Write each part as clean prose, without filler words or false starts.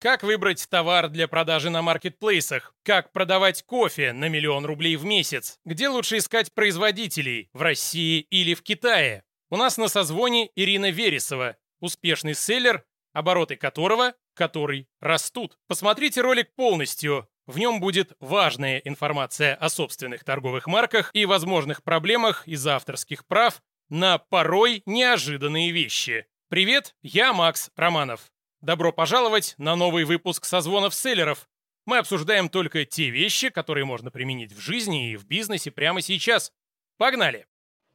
Как выбрать товар для продажи на маркетплейсах? Как продавать кофе на 1 000 000 рублей в месяц? Где лучше искать производителей? В России или в Китае? У нас на созвоне Ирина Вересова, успешный селлер, обороты которого, который растут. Посмотрите ролик полностью. В нем будет важная информация о собственных торговых марках и возможных проблемах из-за авторских прав на порой неожиданные вещи. Привет, я Макс Романов. Добро пожаловать на новый выпуск созвонов селлеров. Мы обсуждаем только те вещи, которые можно применить в жизни и в бизнесе прямо сейчас. Погнали!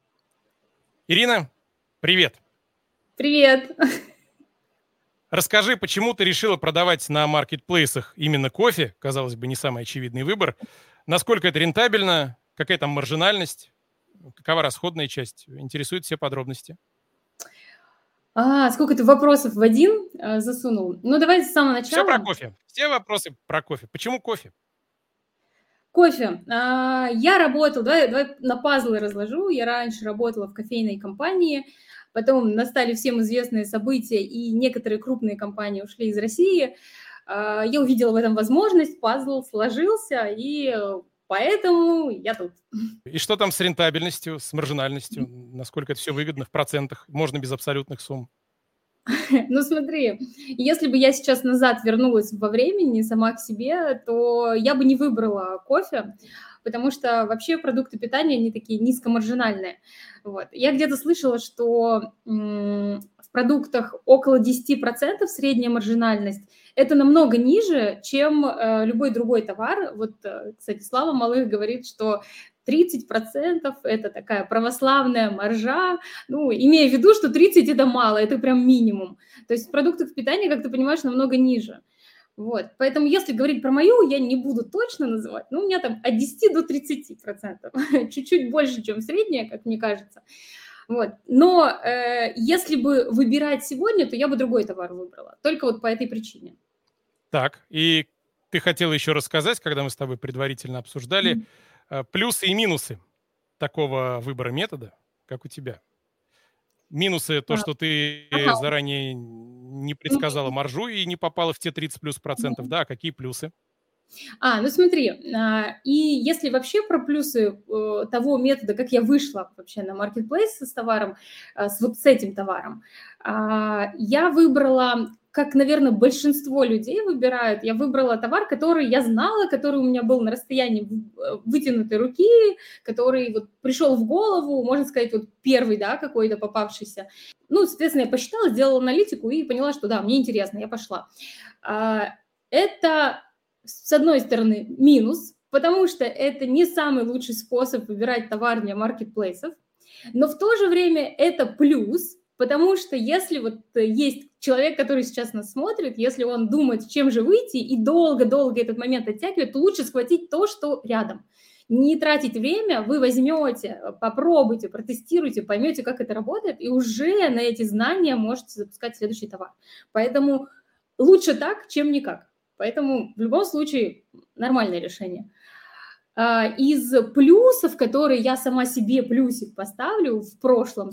Ирина, привет! Привет! Расскажи, почему ты решила продавать на маркетплейсах именно кофе? Казалось бы, не самый очевидный выбор. Насколько это рентабельно? Какая там маржинальность? Какова расходная часть? Интересуют все подробности. Сколько ты вопросов в один засунул. Ну, давайте с самого начала. Все про кофе. Все вопросы про кофе. Почему кофе? Кофе. Я работала, давай на пазлы разложу. Я раньше работала в кофейной компании, потом настали всем известные события, и некоторые крупные компании ушли из России. Я увидела в этом возможность, пазл сложился, и поэтому я тут. И что там с рентабельностью, с маржинальностью? Насколько это все выгодно в процентах? Можно без абсолютных сумм? Ну смотри, если бы я сейчас назад вернулась во времени сама к себе, то я бы не выбрала кофе, потому что вообще продукты питания, они такие низкомаржинальные. Вот. Я где-то слышала, что в продуктах около 10% средняя маржинальность. Это намного ниже, чем любой другой товар. Вот, кстати, Слава Малых говорит, что 30% это такая православная маржа, ну, имея в виду, что 30 это мало, это прям минимум. То есть в продуктах питания, как ты понимаешь, намного ниже. Вот. Поэтому если говорить про мою, я не буду точно называть, но у меня там от 10 до 30%, чуть-чуть больше, чем средняя, как мне кажется. Вот. Но если бы выбирать сегодня, то я бы другой товар выбрала, только вот по этой причине. Так, и ты хотела еще рассказать, когда мы с тобой предварительно обсуждали, плюсы и минусы такого выбора метода, как у тебя. Минусы то, что ты Ага. заранее не предсказала маржу и не попала в те 30 плюс процентов, да, а какие плюсы? Ну смотри, и если вообще про плюсы того метода, как я вышла вообще на маркетплейс с товаром, вот с этим товаром, я выбрала, как, наверное, большинство людей выбирают, я выбрала товар, который я знала, который у меня был на расстоянии вытянутой руки, который вот пришел в голову, можно сказать, вот первый, да, какой-то попавшийся. Ну, соответственно, я посчитала, сделала аналитику и поняла, что да, мне интересно, я пошла. Это с одной стороны, минус, потому что это не самый лучший способ выбирать товар для маркетплейсов, но в то же время это плюс, потому что если вот есть человек, который сейчас нас смотрит, если он думает, чем же выйти, и долго-долго этот момент оттягивает, то лучше схватить то, что рядом. Не тратить время, вы возьмете, попробуйте, протестируйте, поймете, как это работает, и уже на эти знания можете запускать следующий товар. Поэтому лучше так, чем никак. Поэтому в любом случае нормальное решение. Из плюсов, которые я сама себе плюсик поставлю в прошлом,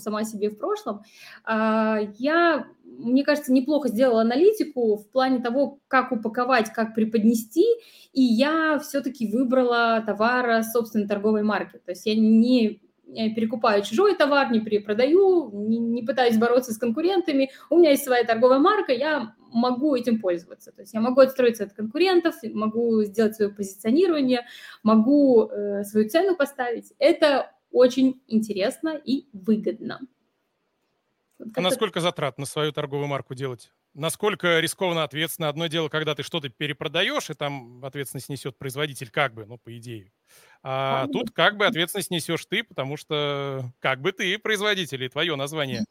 я, мне кажется, неплохо сделала аналитику в плане того, как упаковать, как преподнести, и я все-таки выбрала товар собственной торговой марки. То есть я не перекупаю чужой товар, не перепродаю, не пытаюсь бороться с конкурентами. У меня есть своя торговая марка, я могу этим пользоваться. То есть я могу отстроиться от конкурентов, могу сделать свое позиционирование, могу свою цену поставить. Это очень интересно и выгодно. А насколько затрат на свою торговую марку делать? Насколько рискованно, ответственно? Одно дело, когда ты что-то перепродаешь, и там ответственность несет производитель, как бы, ну, по идее. А тут как бы ответственность несешь ты, потому что как бы ты производитель, и твое название.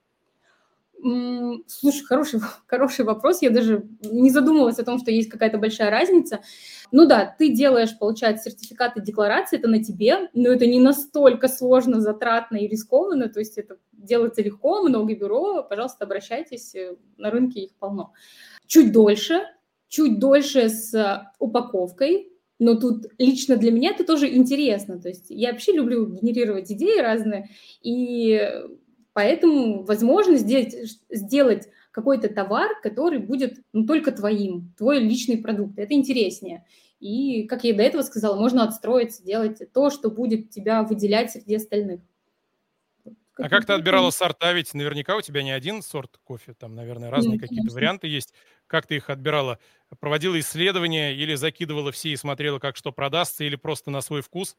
Слушай, хороший вопрос. Я даже не задумывалась о том, что есть какая-то большая разница. Ну да, ты делаешь, получается, сертификаты декларации, это на тебе, но это не настолько сложно, затратно и рискованно, то есть это делается легко, много бюро, пожалуйста, обращайтесь, на рынке их полно. Чуть дольше с упаковкой, но тут лично для меня это тоже интересно, то есть я вообще люблю генерировать идеи разные, и поэтому возможно сделать какой-то товар, который будет только твоим, твой личный продукт. Это интереснее. И, как я и до этого сказала, можно отстроиться, делать то, что будет тебя выделять среди остальных. А как ты отбирала сорта? Ведь наверняка у тебя не один сорт кофе, там, наверное, разные какие-то конечно. варианты есть. Как ты их отбирала? Проводила исследования или закидывала все и смотрела, как что продастся, или просто на свой вкус?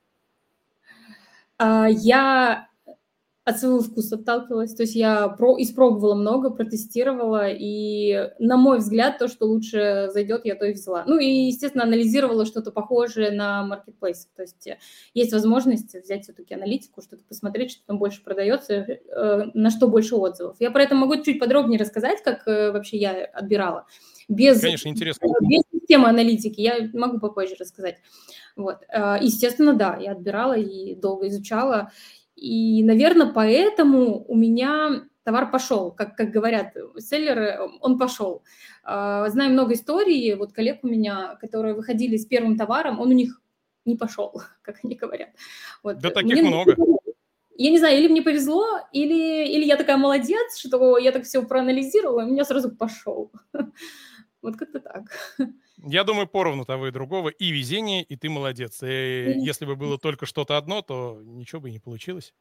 Я от своего вкуса отталкивалась, то есть я испробовала много, протестировала, и, на мой взгляд, то, что лучше зайдет, я то и взяла. Ну и, естественно, анализировала что-то похожее на маркетплейс, то есть есть возможность взять все-таки аналитику, что-то посмотреть, что там больше продается, на что больше отзывов. Я про это могу чуть подробнее рассказать, как вообще я отбирала. Конечно, интересно. Без системы аналитики я могу попозже рассказать. Вот. Естественно, да, я отбирала и долго изучала. И, наверное, поэтому у меня товар пошел. Как говорят селлеры, он пошел. Знаю много историй, вот коллег у меня, которые выходили с первым товаром, он у них не пошел, как они говорят. Вот. Да таких много. Я не знаю, или мне повезло, или я такая молодец, что я так все проанализировала, и у меня сразу пошел. Вот как-то так. Я думаю, поровну того и другого. И везение, и ты молодец. И если бы было только что-то одно, то ничего бы и не получилось.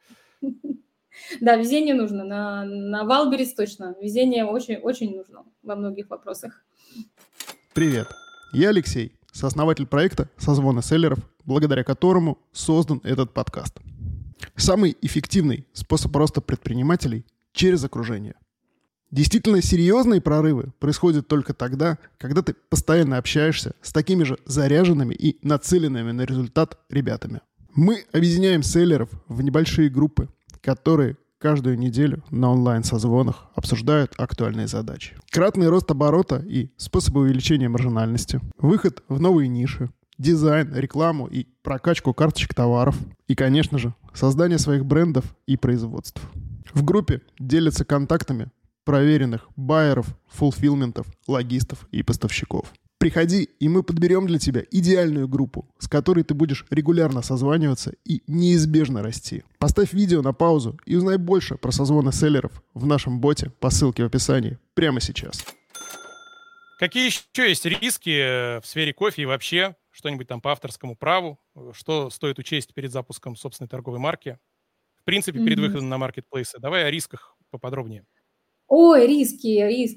Да, везение нужно. На Валберис точно. Везение очень нужно во многих вопросах. Привет, я Алексей, сооснователь проекта «Созвоны селлеров», благодаря которому создан этот подкаст. Самый эффективный способ роста предпринимателей через окружение. Действительно серьезные прорывы происходят только тогда, когда ты постоянно общаешься с такими же заряженными и нацеленными на результат ребятами. Мы объединяем селлеров в небольшие группы, которые каждую неделю на онлайн-созвонах обсуждают актуальные задачи. Кратный рост оборота и способы увеличения маржинальности, выход в новые ниши, дизайн, рекламу и прокачку карточек товаров. И, конечно же, создание своих брендов и производств. В группе делятся контактами проверенных байеров, фулфилментов, логистов и поставщиков. Приходи, и мы подберем для тебя идеальную группу, с которой ты будешь регулярно созваниваться и неизбежно расти. Поставь видео на паузу и узнай больше про созвоны селлеров в нашем боте по ссылке в описании прямо сейчас. Какие еще есть риски в сфере кофе и вообще? Что-нибудь там по авторскому праву? Что стоит учесть перед запуском собственной торговой марки? В принципе, перед выходом на маркетплейсы. Давай о рисках поподробнее. Ой, риски.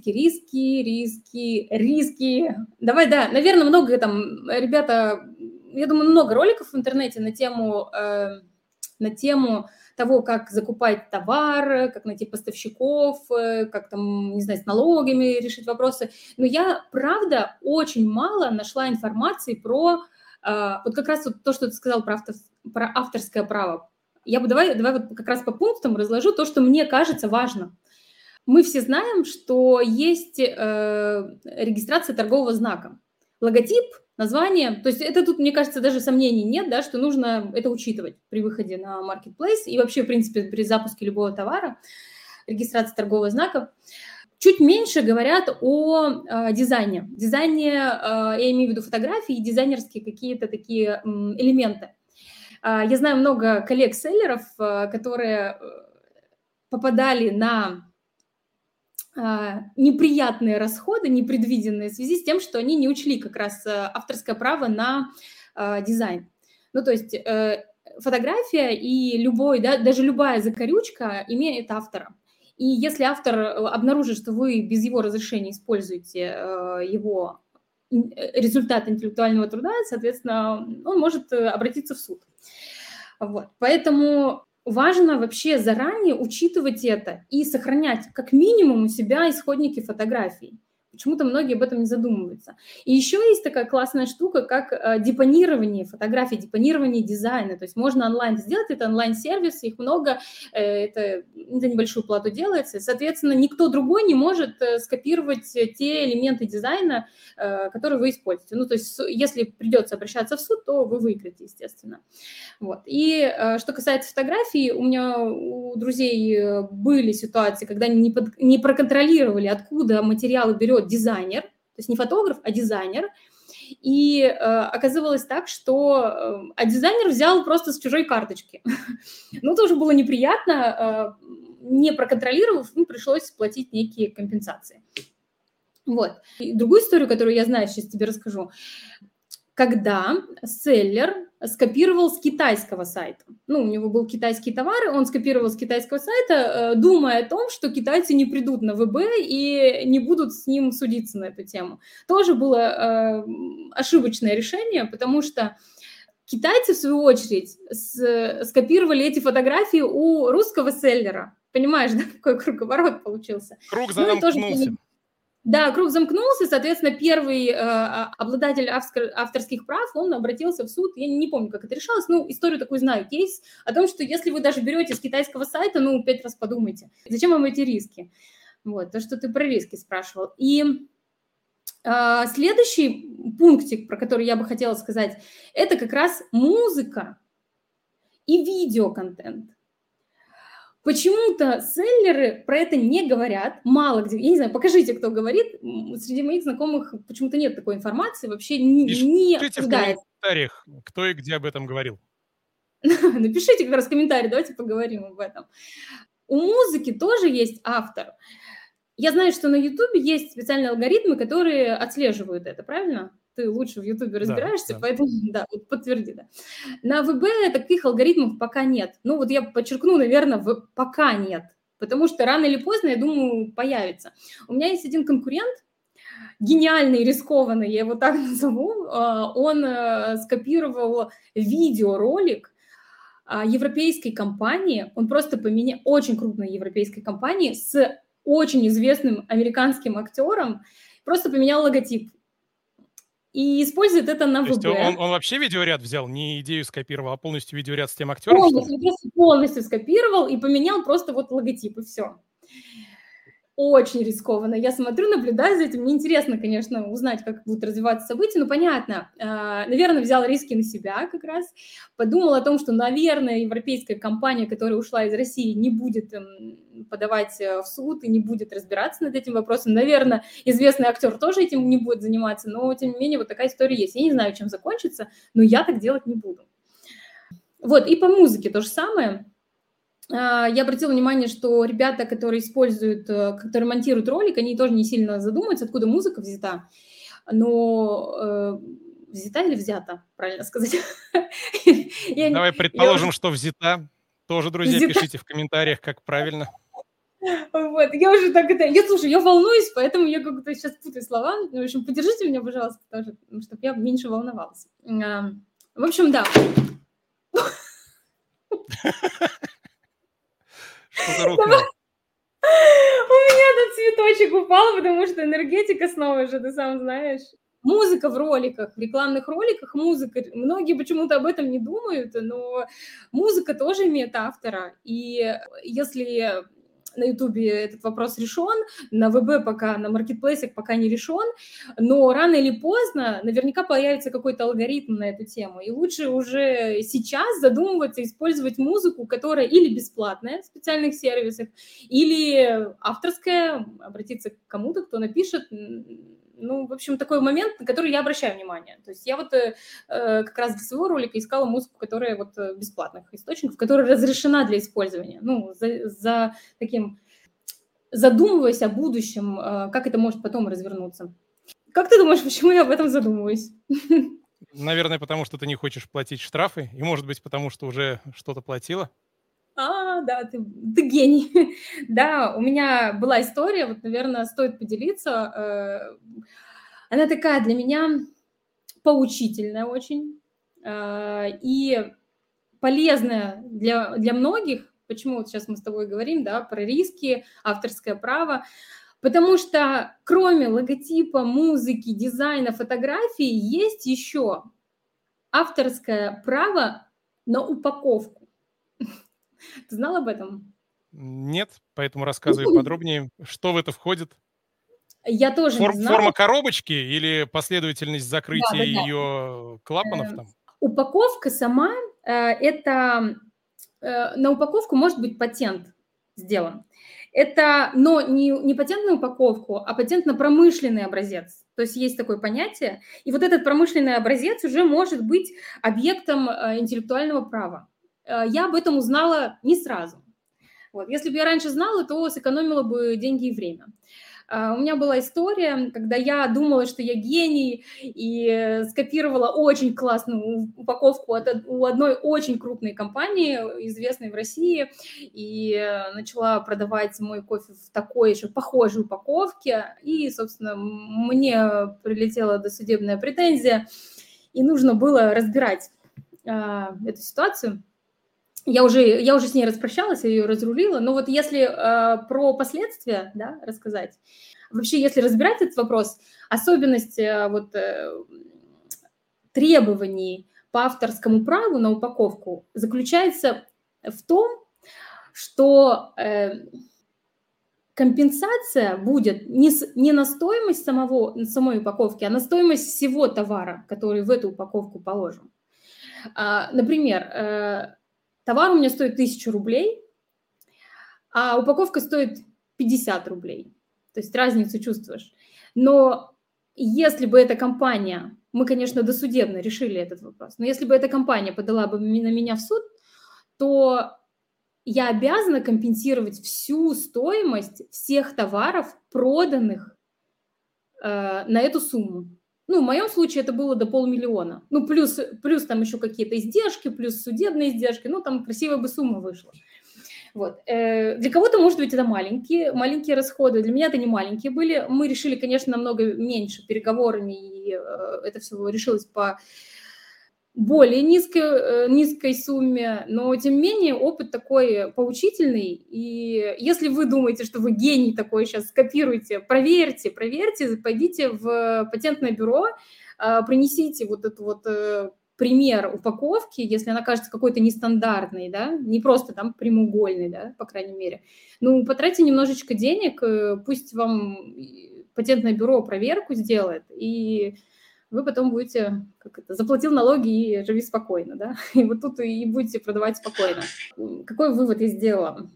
Давай, да, наверное, много там, ребята, я думаю, много роликов в интернете на тему того, как закупать товар, как найти поставщиков, как там, не знаю, с налогами решить вопросы. Но я, правда, очень мало нашла информации про вот как раз вот то, что ты сказал про авторское право. Давай вот как раз по пунктам разложу то, что мне кажется важно. Мы все знаем, что есть регистрация торгового знака. Логотип, название. То есть это тут, мне кажется, даже сомнений нет, да, что нужно это учитывать при выходе на Marketplace и вообще, в принципе, при запуске любого товара, регистрация торгового знака. Чуть меньше говорят о дизайне. Дизайне, я имею в виду фотографии и дизайнерские какие-то такие элементы. Я знаю много коллег-селлеров, которые попадали на неприятные расходы, непредвиденные в связи с тем, что они не учли как раз авторское право на дизайн. Ну, то есть фотография и даже любая закорючка имеет автора. И если автор обнаружит, что вы без его разрешения используете его результат интеллектуального труда, соответственно, он может обратиться в суд. Вот. Поэтому важно вообще заранее учитывать это и сохранять как минимум у себя исходники фотографий. Почему-то многие об этом не задумываются. И еще есть такая классная штука, как депонирование фотографий, депонирование дизайна. То есть можно онлайн сделать, это онлайн-сервис, их много, это за небольшую плату делается. Соответственно, никто другой не может скопировать те элементы дизайна, которые вы используете. Ну, то есть если придется обращаться в суд, то вы выиграете, естественно. Вот. И что касается фотографий, у друзей были ситуации, когда они не проконтролировали, откуда материалы берет дизайнер, есть не фотограф, а дизайнер. И оказывалось так, что дизайнер взял просто с чужой карточки. Ну, тоже было неприятно, не проконтролировав, пришлось платить некие компенсации. Вот. И другую историю, которую я знаю, сейчас тебе расскажу. Когда селлер скопировал с китайского сайта. Ну, у него был китайский товар, он скопировал с китайского сайта, думая о том, что китайцы не придут на ВБ и не будут с ним судиться на эту тему. Тоже было ошибочное решение, потому что китайцы, в свою очередь, скопировали эти фотографии у русского селлера. Понимаешь, да, какой круговорот получился? Круг замкнулся. Да, круг замкнулся, соответственно, первый обладатель авторских прав, он обратился в суд, я не помню, как это решалось, но историю такую знаю, кейс о том, что если вы даже берете с китайского сайта, 5 раз подумайте, зачем вам эти риски? Вот, то, что ты про риски спрашивал. И следующий пунктик, про который я бы хотела сказать, это как раз музыка и видеоконтент. Почему-то селлеры про это не говорят, мало где. Я не знаю, покажите, кто говорит. Среди моих знакомых почему-то нет такой информации, вообще не обсуждается. В комментариях, кто и где об этом говорил. Напишите как раз в комментарии, давайте поговорим об этом. У музыки тоже есть автор. Я знаю, что на Ютубе есть специальные алгоритмы, которые отслеживают это, правильно? Ты лучше в Ютубе разбираешься, поэтому, да, вот подтверди, да. На ВБ таких алгоритмов пока нет. Ну, вот я подчеркну, наверное, пока нет, потому что рано или поздно, я думаю, появится. У меня есть один конкурент, гениальный, рискованный, я его так назову, он скопировал видеоролик европейской компании, он просто поменял, очень крупной европейской компании, с очень известным американским актером, просто поменял логотип. И использует это на ВБ. То есть он вообще видеоряд взял, не идею скопировал, а полностью видеоряд с тем актером? Полностью скопировал и поменял просто вот логотип, и все. Очень рискованно. Я смотрю, наблюдаю за этим. Мне интересно, конечно, узнать, как будут развиваться события. Ну, понятно. Наверное, взял риски на себя как раз. Подумал о том, что, наверное, европейская компания, которая ушла из России, не будет подавать в суд и не будет разбираться над этим вопросом. Наверное, известный актер тоже этим не будет заниматься, но, тем не менее, вот такая история есть. Я не знаю, чем закончится, но я так делать не буду. Вот, и по музыке то же самое. Я обратила внимание, что ребята, которые используют, которые монтируют ролик, они тоже не сильно задумываются, откуда музыка взята. Но взята или взята, правильно сказать? Давай предположим, что взята. Тоже, друзья, пишите в комментариях, как правильно. Вот, я уже так слушай, я волнуюсь, поэтому я как-то сейчас путаю слова. В общем, поддержите меня, пожалуйста, тоже, чтобы я меньше волновалась. В общем, да. Что-то рухнуло. У меня тут цветочек упал, потому что энергетика снова же, ты сам знаешь. Музыка в роликах, в рекламных роликах музыка. Многие почему-то об этом не думают, но музыка тоже имеет автора. И если на Ютубе этот вопрос решен, на ВБ пока, на маркетплейсах пока не решен, но рано или поздно наверняка появится какой-то алгоритм на эту тему. И лучше уже сейчас задумываться, использовать музыку, которая или бесплатная в специальных сервисах, или авторская, обратиться к кому-то, кто напишет. Ну, в общем, такой момент, на который я обращаю внимание. То есть я вот как раз для своего ролика искала музыку, которая вот бесплатных источников, которая разрешена для использования. Ну, за таким, задумываясь о будущем, как это может потом развернуться. Как ты думаешь, почему я об этом задумываюсь? Наверное, потому что ты не хочешь платить штрафы, и, может быть, потому что уже что-то платила. Да, ты гений. Да, у меня была история, вот, наверное, стоит поделиться. Она такая для меня поучительная очень и полезная для многих. Почему вот сейчас мы с тобой говорим, да, про риски, авторское право? Потому что кроме логотипа, музыки, дизайна, фотографии есть еще авторское право на упаковку. Ты знал об этом? Нет, поэтому рассказывай подробнее, что в это входит. Я тоже не знала. Форма коробочки или последовательность закрытия ее клапанов там? Упаковка сама, это на упаковку может быть патент сделан. Это, но не патент на упаковку, а патент на промышленный образец. То есть есть такое понятие. И вот этот промышленный образец уже может быть объектом интеллектуального права. Я об этом узнала не сразу. Вот. Если бы я раньше знала, то сэкономила бы деньги и время. У меня была история, когда я думала, что я гений, и скопировала очень классную упаковку у одной очень крупной компании, известной в России, и начала продавать мой кофе в такой же похожей упаковке. И, собственно, мне прилетела досудебная претензия, и нужно было разбирать эту ситуацию. Я уже с ней распрощалась, я ее разрулила, но вот если про последствия, да, рассказать, вообще, если разбирать этот вопрос, особенность требований по авторскому праву на упаковку заключается в том, что компенсация будет не на стоимость самой упаковки, а на стоимость всего товара, который в эту упаковку положен. Например, товар у меня стоит 1000 рублей, а упаковка стоит 50 рублей. То есть разницу чувствуешь. Но если бы эта компания, мы, конечно, досудебно решили этот вопрос, но если бы эта компания подала бы на меня в суд, то я обязана компенсировать всю стоимость всех товаров, проданных на эту сумму. Ну, в моем случае это было до 500 000. Ну, плюс там еще какие-то издержки, плюс судебные издержки. Ну, там красивая бы сумма вышла. Вот. Для кого-то, может быть, это маленькие расходы. Для меня это не маленькие были. Мы решили, конечно, намного меньше переговорами, и это все решилось по более низкой сумме, но, тем не менее, опыт такой поучительный. И если вы думаете, что вы гений такой, сейчас скопируйте, проверьте, пойдите в патентное бюро, принесите вот этот вот пример упаковки, если она кажется какой-то нестандартной, да, не просто там прямоугольной, да, по крайней мере. Ну, потратьте немножечко денег, пусть вам патентное бюро проверку сделает, и вы потом будете, заплатил налоги и живи спокойно, да, и вот тут и будете продавать спокойно. Какой вывод я сделала?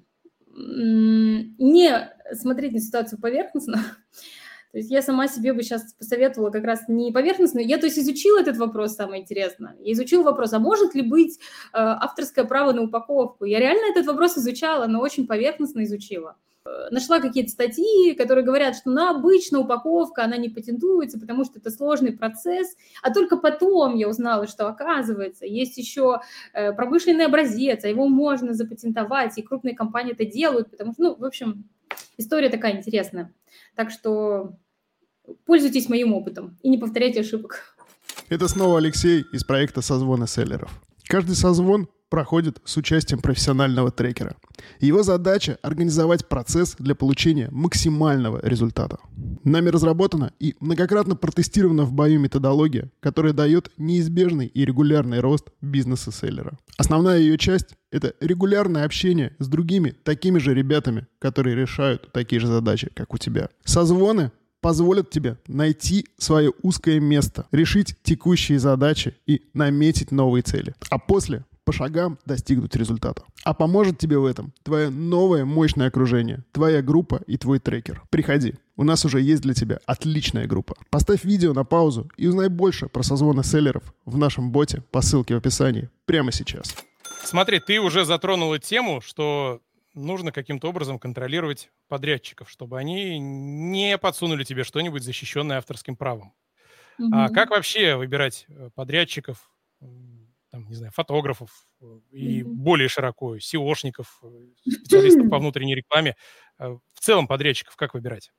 Не смотреть на ситуацию поверхностно. То есть я сама себе бы сейчас посоветовала как раз не поверхностно. Я, то есть, изучила этот вопрос, самое интересное. Я изучила вопрос, а может ли быть авторское право на упаковку? Я реально этот вопрос изучала, но очень поверхностно изучила. Нашла какие-то статьи, которые говорят, что обычно упаковка, она не патентуется, потому что это сложный процесс. А только потом я узнала, что, оказывается, есть еще промышленный образец, а его можно запатентовать, и крупные компании это делают, потому что, в общем, история такая интересная. Так что пользуйтесь моим опытом и не повторяйте ошибок. Это снова Алексей из проекта «Созвоны селлеров». Каждый созвон проходит с участием профессионального трекера. Его задача – организовать процесс для получения максимального результата. Нами разработана и многократно протестирована в бою методология, которая дает неизбежный и регулярный рост бизнеса селлера. Основная ее часть – это регулярное общение с другими такими же ребятами, которые решают такие же задачи, как у тебя. Созвоны позволят тебе найти свое узкое место, решить текущие задачи и наметить новые цели. А после по шагам достигнуть результата. А поможет тебе в этом твое новое мощное окружение, твоя группа и твой трекер. Приходи, у нас уже есть для тебя отличная группа. Поставь видео на паузу и узнай больше про созвоны селлеров в нашем боте по ссылке в описании прямо сейчас. Смотри, ты уже затронула тему, что нужно каким-то образом контролировать подрядчиков, чтобы они не подсунули тебе что-нибудь, защищенное авторским правом. А как вообще выбирать подрядчиков, там, не знаю, фотографов и более широко SEOшников, специалистов по внутренней рекламе, в целом подрядчиков как выбирать?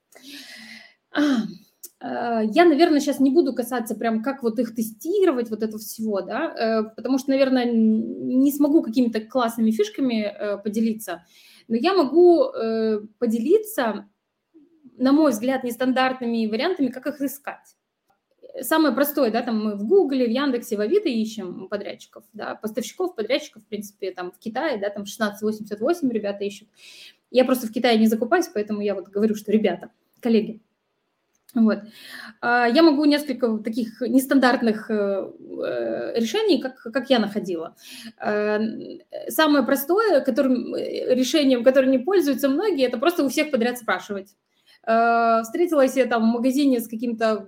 Я, наверное, сейчас не буду касаться прям как вот их тестировать, вот этого всего, да, потому что, наверное, не смогу какими-то классными фишками поделиться, но я могу поделиться, на мой взгляд, нестандартными вариантами, как их искать. Самое простое, да, там мы в Гугле, в Яндексе, в Авито ищем подрядчиков, да, поставщиков, подрядчиков, в принципе, там в Китае, да, там 1688 ребята ищут. Я просто в Китае не закупаюсь, поэтому я вот говорю, что ребята, коллеги. Вот. Я могу несколько таких нестандартных решений, как я находила. Самое простое, решением, которым не пользуются многие, это просто у всех подряд спрашивать. Встретилась я там в магазине с кем-то,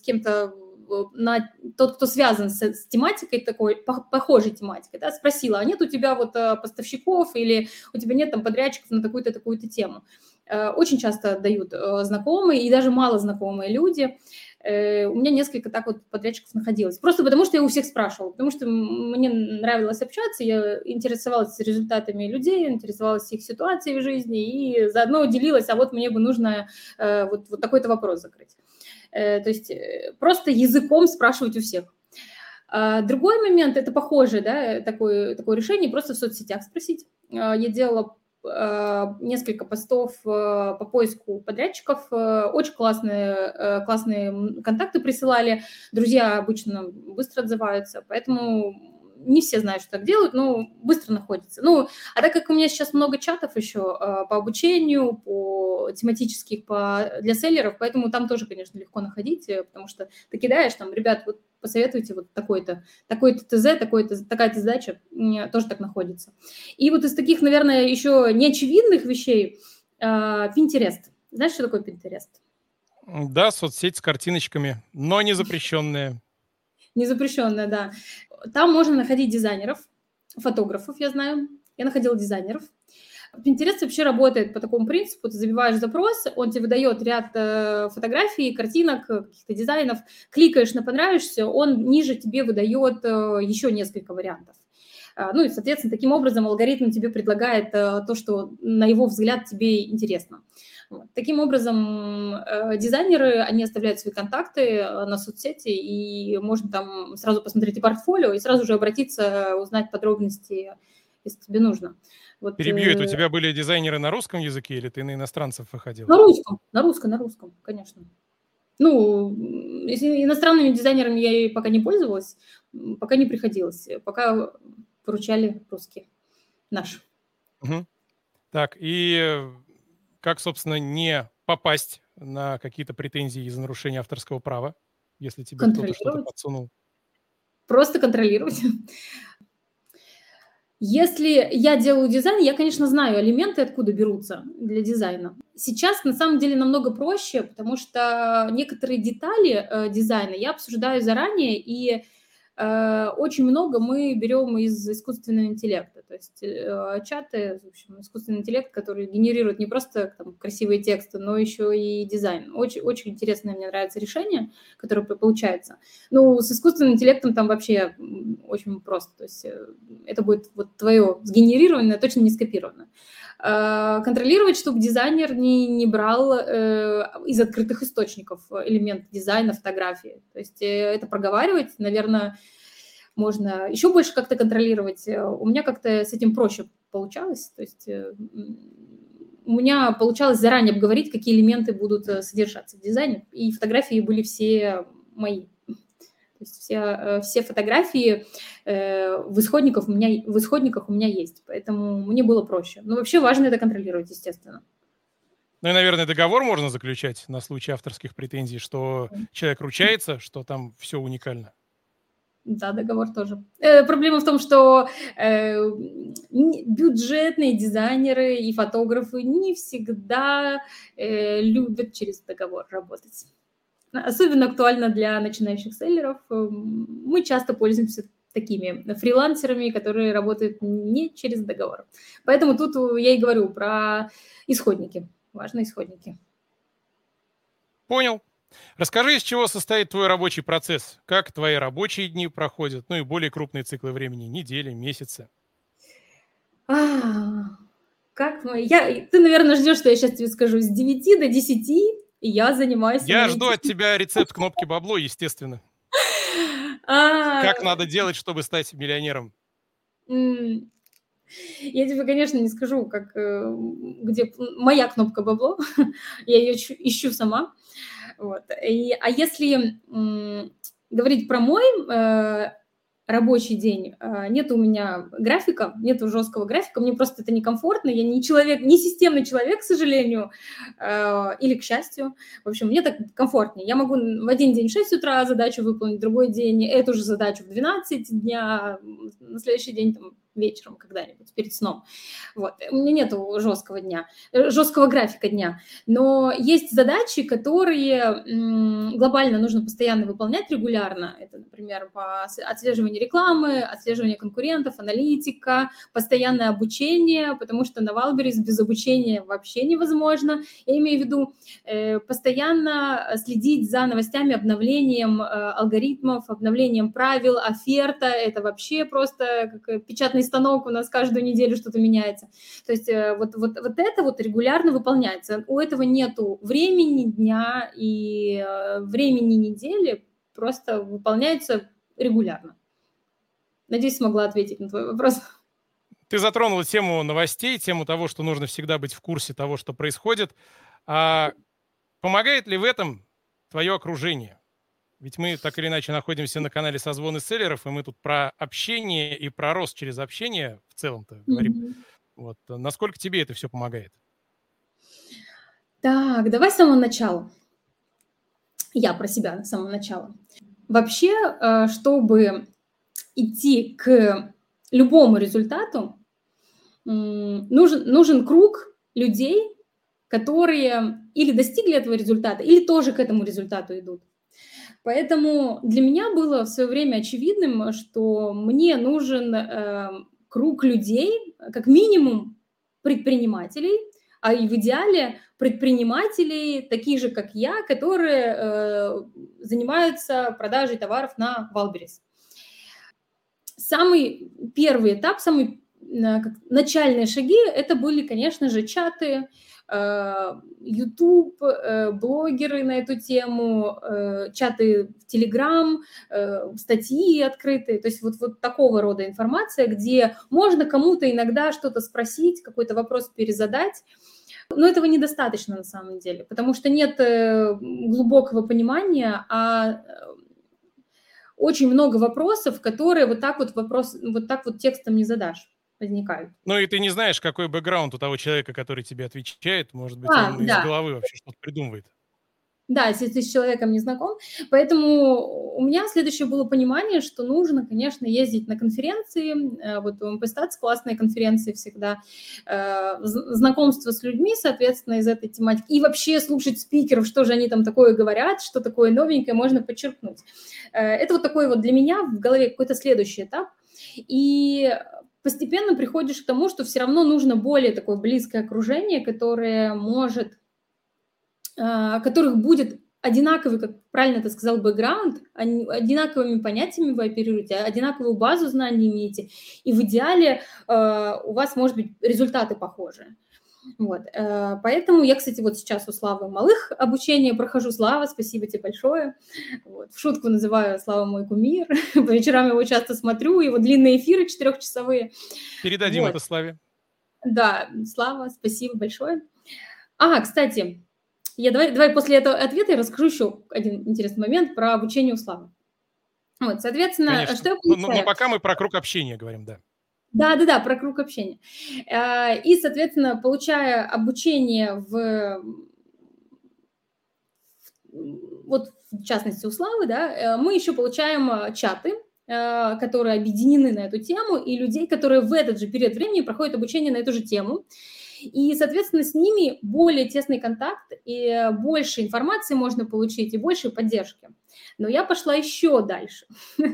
тот, кто связан с тематикой такой, похожей тематикой, да, спросила, а нет у тебя вот поставщиков или у тебя нет там подрядчиков на такую-то, такую-то тему. Очень часто дают знакомые и даже малознакомые люди. У меня несколько так вот подрядчиков находилось. Просто потому, что я у всех спрашивала, потому что мне нравилось общаться, я интересовалась результатами людей, интересовалась их ситуацией в жизни и заодно делилась, а вот мне бы нужно вот такой-то вопрос закрыть. То есть просто языком спрашивать у всех. Другой момент, это похожее, да, такое решение, просто в соцсетях спросить. Я делала несколько постов по поиску подрядчиков, очень классные контакты присылали, друзья обычно быстро отзываются, поэтому не все знают, что так делают, но быстро находится. Ну, а так как у меня сейчас много чатов еще по обучению, по тематических для селлеров, поэтому там тоже, конечно, легко находить, потому что ты кидаешь там, ребят, вот посоветуйте вот такой-то ТЗ, такая-то задача, тоже так находится. И вот из таких, наверное, еще неочевидных вещей Pinterest. Знаешь, что такое Pinterest? Да, соцсеть с картиночками, но не запрещенная. Незапрещенная, да. Там можно находить дизайнеров, фотографов, я знаю. Я находила дизайнеров. Pinterest вообще работает по такому принципу. Ты забиваешь запрос, он тебе выдает ряд фотографий, картинок, каких-то дизайнов. Кликаешь на «понравишься», он ниже тебе выдает еще несколько вариантов. Ну и, соответственно, таким образом алгоритм тебе предлагает то, что, на его взгляд, тебе интересно. Вот. Таким образом, дизайнеры, они оставляют свои контакты на соцсети, и можно там сразу посмотреть и портфолио, и сразу же обратиться, узнать подробности, если тебе нужно. Вот, Перебью, у тебя были дизайнеры на русском языке или ты на иностранцев выходил? На русском, конечно. Ну, иностранными дизайнерами я и пока не пользовалась, пока не приходилось, пока поручали русские, наши. Угу. Так, и как, собственно, не попасть на какие-то претензии из-за нарушения авторского права, если тебе кто-то что-то подсунул? Просто контролировать. Если я делаю дизайн, я, конечно, знаю элементы, откуда берутся для дизайна. Сейчас, на самом деле, намного проще, потому что некоторые детали дизайна я обсуждаю заранее, и очень много мы берем из искусственного интеллекта. То есть чаты, в общем, искусственный интеллект, который генерирует не просто там красивые тексты, но еще и дизайн. Очень, очень интересное, мне нравится решение, которое получается. Ну, с искусственным интеллектом там вообще очень просто. То есть это будет вот твое сгенерированное, точно не скопированное. Контролировать, чтобы дизайнер не брал из открытых источников элемент дизайна, фотографии. То есть это проговаривать, наверное, можно еще больше как-то контролировать. У меня как-то с этим проще получалось. То есть у меня получалось заранее обговорить, какие элементы будут содержаться в дизайне, и фотографии были все мои. То есть все фотографии в исходниках у меня есть, поэтому мне было проще. Но вообще важно это контролировать, естественно. Ну и, наверное, договор можно заключать на случай авторских претензий, что человек ручается, что там все уникально. Да, договор тоже. Проблема в том, что бюджетные дизайнеры и фотографы не всегда любят через договор работать. Особенно актуально для начинающих селлеров. Мы часто пользуемся такими фрилансерами, которые работают не через договор. Поэтому тут я и говорю про исходники. Важны исходники. Понял. Расскажи, из чего состоит твой рабочий процесс? Как твои рабочие дни проходят? Ну и более крупные циклы времени. Недели, месяцы. Ты, наверное, ждешь, что я сейчас тебе скажу. С 9 до 10 я занимаюсь... Я жду от тебя рецепт кнопки бабло, естественно. Как надо делать, чтобы стать миллионером? Я тебе, конечно, не скажу, где моя кнопка бабло. Я ее ищу сама. Вот. А если говорить про мой рабочий день, нет у меня графика, нету жесткого графика, мне просто это некомфортно, я не системный человек, к сожалению, или к счастью. В общем, мне так комфортнее. Я могу в один день в 6 утра задачу выполнить, в другой день эту же задачу в 12 дня, на следующий день там, вечером когда-нибудь перед сном. Вот. У меня нету жесткого графика дня, но есть задачи, которые глобально нужно постоянно выполнять регулярно. Это, например, по отслеживанию рекламы, отслеживание конкурентов, аналитика, постоянное обучение, потому что на Wildberries без обучения вообще невозможно. Я имею в виду постоянно следить за новостями, обновлением алгоритмов, обновлением правил, оферта. Это вообще просто как печатный станок, у нас каждую неделю что-то меняется. То есть вот это вот регулярно выполняется. У этого нету времени дня и времени недели, просто выполняется регулярно. Надеюсь, смогла ответить на твой вопрос. Ты затронула тему новостей, тему того, что нужно всегда быть в курсе того, что происходит. А помогает ли в этом твое окружение? Ведь мы так или иначе находимся на канале «Созвоны селлеров», и мы тут про общение и про рост через общение в целом-то говорим. Вот. Насколько тебе это все помогает? Так, давай с самого начала. Я про себя с самого начала. Вообще, чтобы идти к любому результату, нужен круг людей, которые или достигли этого результата, или тоже к этому результату идут. Поэтому для меня было в свое время очевидным, что мне нужен круг людей, как минимум предпринимателей, а и в идеале предпринимателей, таких же, как я, которые занимаются продажей товаров на Wildberries. Самый первый этап, начальные шаги, это были, конечно же, чаты, YouTube, блогеры на эту тему, чаты в Telegram, статьи открытые, то есть вот такого рода информация, где можно кому-то иногда что-то спросить, какой-то вопрос перезадать, но этого недостаточно на самом деле, потому что нет глубокого понимания, а очень много вопросов, которые вот так вот текстом не задашь. Возникают. Ну и ты не знаешь, какой бэкграунд у того человека, который тебе отвечает. Может быть, он из головы вообще что-то придумывает. Да, если ты с человеком не знаком. Поэтому у меня следующее было понимание, что нужно, конечно, ездить на конференции. Вот у МПСтатс классные конференции всегда. Знакомство с людьми, соответственно, из этой тематики. И вообще слушать спикеров, что же они там такое говорят, что такое новенькое можно подчеркнуть. Это вот такой вот для меня в голове какой-то следующий этап. И постепенно приходишь к тому, что все равно нужно более такое близкое окружение, которых будет одинаковый, как правильно ты сказал, бэкграунд, одинаковыми понятиями вы оперируете, одинаковую базу знаний имеете, и в идеале у вас, может быть, результаты похожи. Вот. Поэтому я, кстати, вот сейчас у Славы Малых обучение прохожу. Слава, спасибо тебе большое. Вот. В шутку называю Слава мой кумир. По вечерам его часто смотрю, его длинные эфиры 4-часовые. Передадим это Славе. Да, Слава, спасибо большое. Кстати, давай после этого ответа я расскажу еще один интересный момент про обучение у Славы. Вот, соответственно, конечно. Что я получаю? Но пока мы про круг общения говорим, да. Да, про круг общения. И, соответственно, получая обучение вот в частности у Славы, да, мы еще получаем чаты, которые объединены на эту тему, и людей, которые в этот же период времени проходят обучение на эту же тему. И, соответственно, с ними более тесный контакт, и больше информации можно получить, и больше поддержки. Но я пошла еще дальше.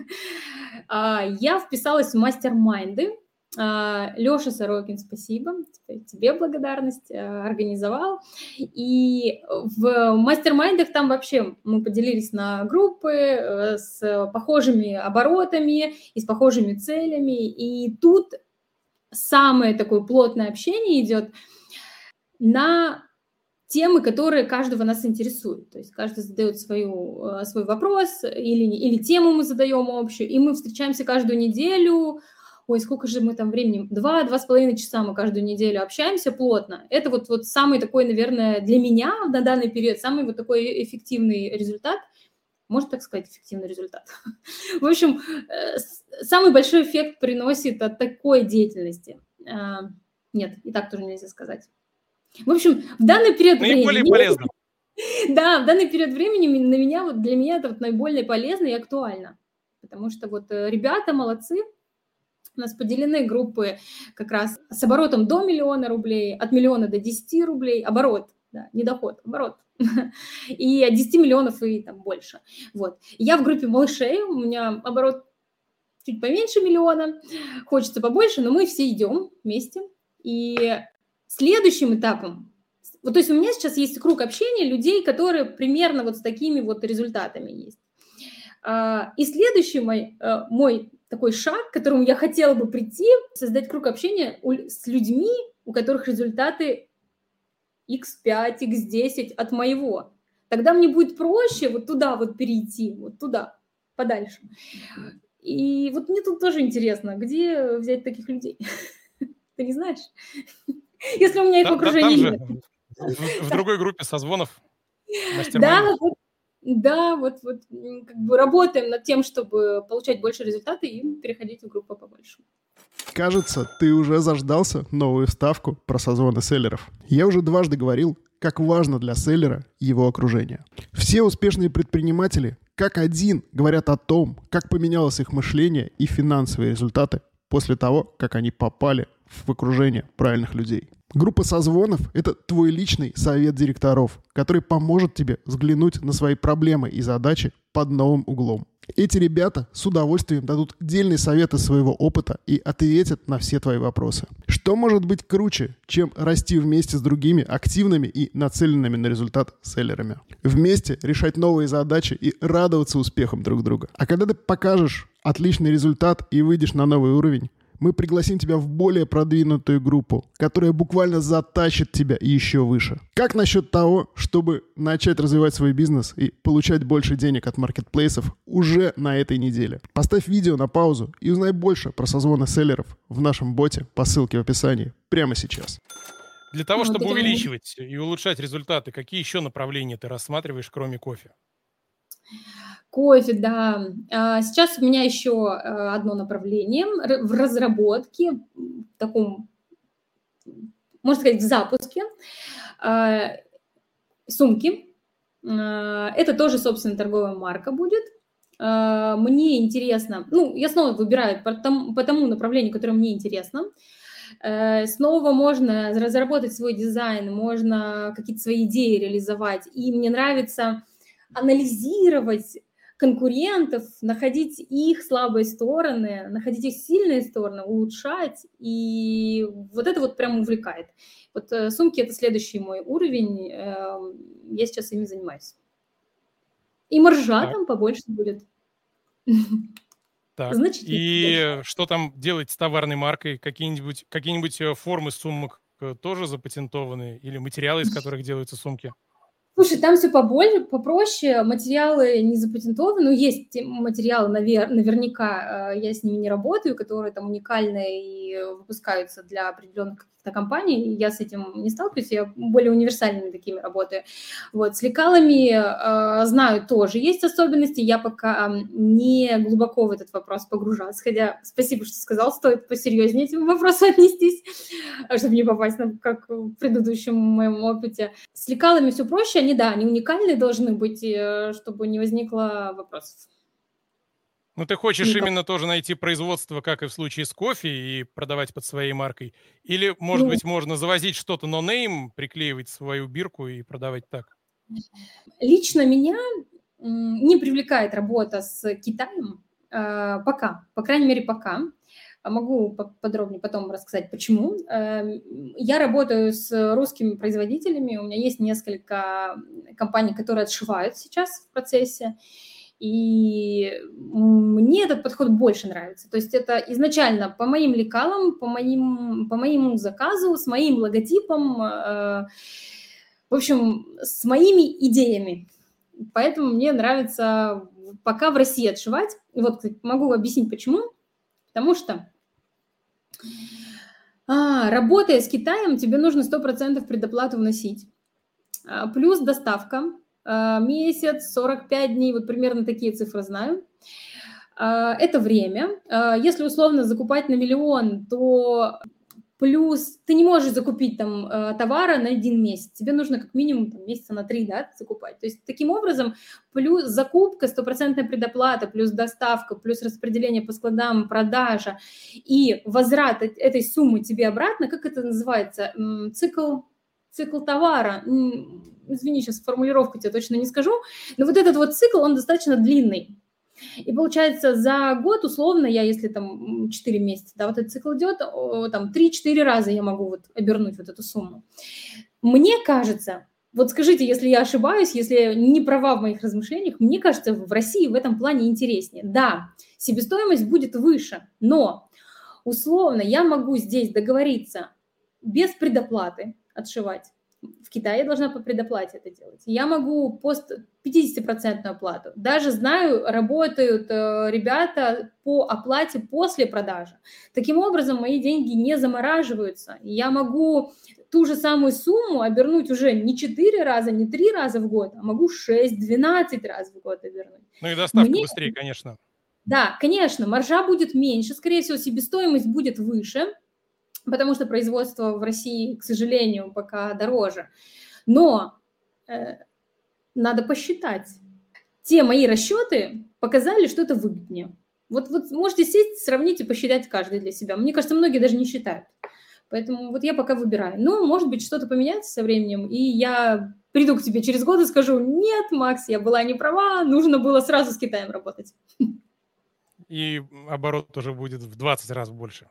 Я вписалась в мастер-майнды. Леша Сорокин, спасибо, тебе благодарность, организовал. И в мастер-майндах там вообще мы поделились на группы с похожими оборотами и с похожими целями. И тут самое такое плотное общение идет на темы, которые каждого нас интересуют. То есть каждый задает свой вопрос или тему мы задаем общую, и мы встречаемся каждую неделю. Ой, сколько же мы там времени? 2-2,5 часа мы каждую неделю общаемся плотно. Это вот самый такой, наверное, для меня на данный период самый вот такой эффективный результат. Можно так сказать, эффективный результат. В общем, самый большой эффект приносит от такой деятельности. Нет, и так тоже нельзя сказать. В общем, в данный период времени... Наиболее полезно. Да, в данный период времени для меня это вот наиболее полезно и актуально. Потому что вот ребята молодцы, У нас поделены группы как раз с оборотом до 1 000 000 рублей, от 1 000 000 до 10 рублей, оборот, да, не доход, оборот, и от 10 миллионов и там больше. Вот. Я в группе малышей, у меня оборот чуть поменьше 1 000 000, хочется побольше, но мы все идем вместе. И следующим этапом, вот, то есть у меня сейчас есть круг общения людей, которые примерно вот с такими вот результатами есть. И следующий мой такой шаг, к которому я хотела бы прийти, создать круг общения с людьми, у которых результаты x5, x10 от моего. Тогда мне будет проще вот туда вот перейти, вот туда, подальше. И вот мне тут тоже интересно, где взять таких людей? Ты не знаешь? Если у меня их в окружении нет. В другой группе созвонов, мастер-майндов. Да, вот как бы работаем над тем, чтобы получать больше результата и переходить в группу побольше. Кажется, ты уже заждался новую вставку про созвоны селлеров. Я уже дважды говорил, как важно для селлера его окружение. Все успешные предприниматели как один говорят о том, как поменялось их мышление и финансовые результаты после того, как они попали в окружение правильных людей. Группа созвонов – это твой личный совет директоров, который поможет тебе взглянуть на свои проблемы и задачи под новым углом. Эти ребята с удовольствием дадут дельные советы своего опыта и ответят на все твои вопросы. Что может быть круче, чем расти вместе с другими активными и нацеленными на результат селлерами? Вместе решать новые задачи и радоваться успехам друг друга. А когда ты покажешь отличный результат и выйдешь на новый уровень, мы пригласим тебя в более продвинутую группу, которая буквально затащит тебя еще выше. Как насчет того, чтобы начать развивать свой бизнес и получать больше денег от маркетплейсов уже на этой неделе? Поставь видео на паузу и узнай больше про созвоны селлеров в нашем боте по ссылке в описании прямо сейчас. Для того, чтобы увеличивать и улучшать результаты, какие еще направления ты рассматриваешь, кроме кофе? Кофе, да. Сейчас у меня еще одно направление в разработке, в таком, можно сказать, в запуске. Сумки. Это тоже, собственно, торговая марка будет. Мне интересно, я снова выбираю по тому направлению, которое мне интересно. Снова можно разработать свой дизайн, можно какие-то свои идеи реализовать. И мне нравится анализировать конкурентов, находить их слабые стороны, находить их сильные стороны, улучшать, и вот это вот прям увлекает. Вот сумки – это следующий мой уровень, я сейчас ими занимаюсь. И маржа там побольше будет. Так, и что там делать с товарной маркой? Какие-нибудь формы сумок тоже запатентованы или материалы, из которых делаются сумки? Слушай, там все попроще, материалы не запатентованы, но есть материалы, наверняка, я с ними не работаю, которые там уникальные и выпускаются для определенных каких-то компаний, я с этим не сталкиваюсь, я более универсальными такими работаю. Вот, с лекалами, знаю, тоже есть особенности, я пока не глубоко в этот вопрос погружалась, хотя спасибо, что сказал, стоит посерьезнее этим вопросу отнестись, чтобы не попасть, как в предыдущем моем опыте. С лекалами все проще, они уникальные должны быть, чтобы не возникло вопросов. Ну, ты хочешь именно тоже найти производство, как и в случае с кофе, и продавать под своей маркой? Или, может быть, можно завозить что-то no-name, приклеивать свою бирку и продавать так? Лично меня не привлекает работа с Китаем пока, по крайней мере, пока. Могу подробнее потом рассказать, почему. Я работаю с русскими производителями, у меня есть несколько компаний, которые отшивают сейчас в процессе, и мне этот подход больше нравится. То есть это изначально по моим лекалам, по моему заказу, с моим логотипом, в общем, с моими идеями. Поэтому мне нравится пока в России отшивать. И вот, кстати, могу объяснить, почему. Потому что, работая с Китаем, тебе нужно 100% предоплату вносить. Плюс доставка. Месяц, 45 дней, вот примерно такие цифры знаю. Это время. Если условно закупать на 1 000 000, то плюс ты не можешь закупить там товара на 1 месяц, тебе нужно как минимум там, месяца на 3, да, закупать. То есть таким образом плюс закупка, 100% предоплата, плюс доставка, плюс распределение по складам, продажа и возврат этой суммы тебе обратно, как это называется, цикл товара, извини, сейчас формулировку тебе точно не скажу, но вот этот вот цикл, он достаточно длинный. И получается, за год, условно, я, если там 4 месяца, да, вот этот цикл идет, там 3-4 раза я могу вот обернуть вот эту сумму. Мне кажется, вот скажите, если я ошибаюсь, если я не права в моих размышлениях, мне кажется, в России в этом плане интереснее. Да, себестоимость будет выше, но условно я могу здесь договориться без предоплаты отшивать. В Китае я должна по предоплате это делать. Я могу 50% оплату. Даже знаю, работают ребята по оплате после продажи. Таким образом, мои деньги не замораживаются. Я могу ту же самую сумму обернуть уже не 4 раза, не 3 раза в год, а могу 6-12 раз в год обернуть. Ну и доставка быстрее, конечно. Да, конечно, маржа будет меньше, скорее всего, себестоимость будет выше, потому что производство в России, к сожалению, пока дороже. Но надо посчитать. Те мои расчеты показали, что это выгоднее. Вот можете сесть, сравнить и посчитать каждый для себя. Мне кажется, многие даже не считают. Поэтому вот я пока выбираю. Ну, может быть, что-то поменяется со временем, и я приду к тебе через год и скажу: нет, Макс, я была не права, нужно было сразу с Китаем работать. И оборот тоже будет в 20 раз больше.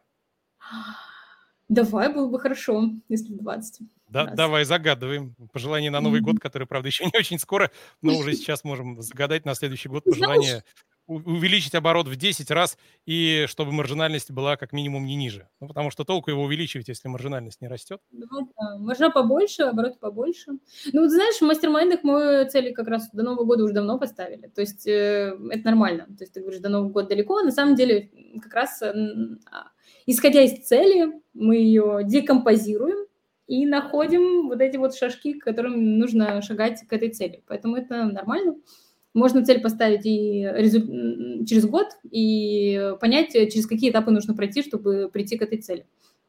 Давай, было бы хорошо, если 20. Да, давай загадываем. Пожелание на Новый год, который, правда, еще не очень скоро, но уже сейчас можем загадать на следующий год пожелание увеличить оборот в 10 раз и чтобы маржинальность была как минимум не ниже. Ну, потому что толку его увеличивать, если маржинальность не растет. Ну, да. Маржа побольше, оборот побольше. Ну, вот знаешь, в мастер-майндах мы цели как раз до Нового года уже давно поставили. То есть это нормально. То есть ты говоришь, до Нового года далеко. На самом деле как раз исходя из цели мы ее декомпозируем и находим вот эти вот шажки, к которым нужно шагать к этой цели. Поэтому это нормально. Можно цель поставить и через год и понять, через какие этапы нужно пройти, чтобы прийти к этой цели.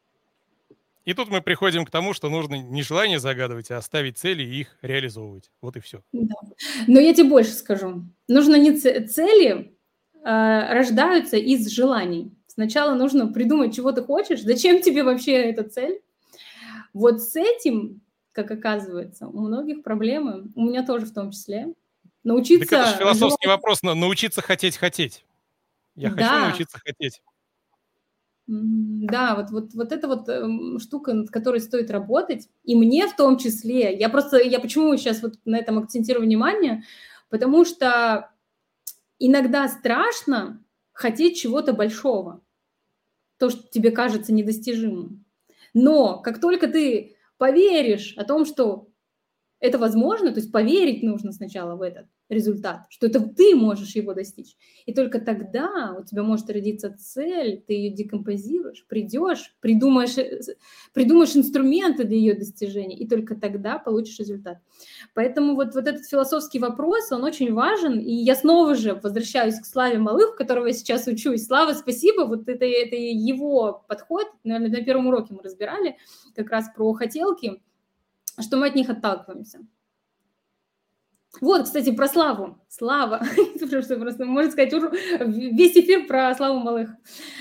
И тут мы приходим к тому, что нужно не желание загадывать, а ставить цели и их реализовывать. Вот и все. Да. Но я тебе больше скажу. Нужно не цели рождаются из желаний. Сначала нужно придумать, чего ты хочешь, зачем тебе вообще эта цель. Вот с этим, как оказывается, у многих проблемы, у меня тоже в том числе. Научиться... Так это же философский вопрос, научиться хотеть. Я хочу научиться хотеть. Да, вот это вот штука, над которой стоит работать. И мне в том числе. Я почему сейчас вот на этом акцентирую внимание? Потому что иногда страшно хотеть чего-то большого. То, что тебе кажется недостижимым. Но как только ты поверишь о том, что это возможно, то есть поверить нужно сначала в этот результат, что это ты можешь его достичь. И только тогда у тебя может родиться цель, ты ее декомпозируешь, придешь, придумаешь инструменты для ее достижения, и только тогда получишь результат. Поэтому вот этот философский вопрос, он очень важен, и я снова же возвращаюсь к Славе Малых, которого я сейчас учусь. Слава, спасибо, вот это его подход, наверное, на первом уроке мы разбирали как раз про хотелки, что мы от них отталкиваемся. Вот, кстати, про Славу. Слава. Просто, можно сказать, весь эфир про Славу Малых.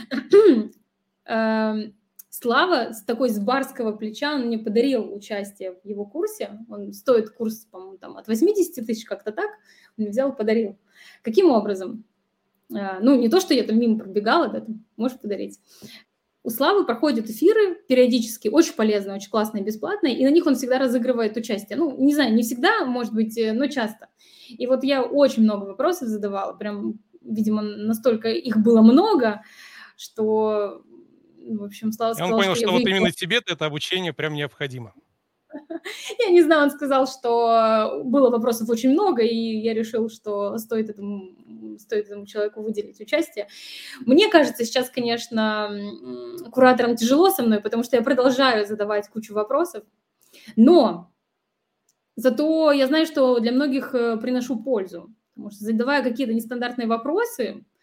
Слава с барского плеча, он мне подарил участие в его курсе. Он стоит курс, по-моему, там, от 80 тысяч, как-то так. Он взял и подарил. Каким образом? Ну, не то, что я там мимо пробегала, да, там, можешь подарить. У Славы проходят эфиры периодически, очень полезные, очень классные, бесплатные, и на них он всегда разыгрывает участие. Ну, не знаю, не всегда, может быть, но часто. И вот я очень много вопросов задавала, прям, видимо, настолько их было много, что, в общем, Слава сказал, и он понял, что вот именно тебе это обучение прям необходимо. Я не знаю, он сказал, что было вопросов очень много, и я решил, что стоит этому человеку выделить участие. Мне кажется, сейчас, конечно, кураторам тяжело со мной, потому что я продолжаю задавать кучу вопросов, но зато я знаю, что для многих приношу пользу, потому что задавая какие-то нестандартные вопросы,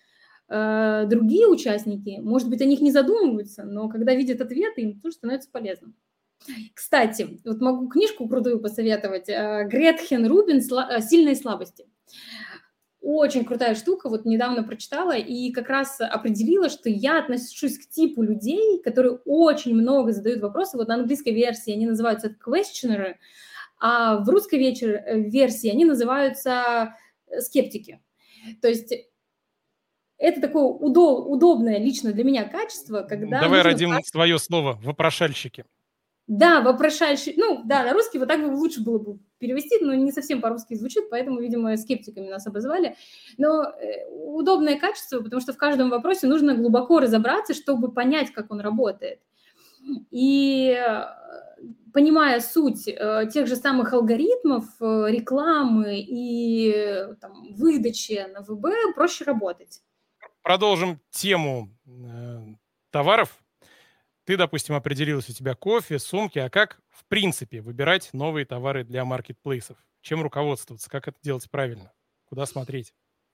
другие участники, может быть, о них не задумываются, но когда видят ответы, им тоже становится полезным. Кстати, вот могу книжку крутую посоветовать. Гретхен Рубин «Сильные слабости». Очень крутая штука, вот недавно прочитала и как раз определила, что я отношусь к типу людей, которые очень много задают вопросы. Вот на английской версии они называются questioners, а в русской версии они называются скептики. То есть это такое удобное лично для меня качество, когда... Давай родим свое слово «вопрошальщики». Да, вопрошающий, на русский вот так лучше было бы перевести, но не совсем по-русски звучит, поэтому, видимо, скептиками нас обозвали. Но удобное качество, потому что в каждом вопросе нужно глубоко разобраться, чтобы понять, как он работает. И понимая суть тех же самых алгоритмов, рекламы и выдачи на ВБ, проще работать. Продолжим тему товаров. Ты, допустим, определилась, у тебя кофе, сумки, а как, в принципе, выбирать новые товары для маркетплейсов? Чем руководствоваться? Как это делать правильно? Куда смотреть?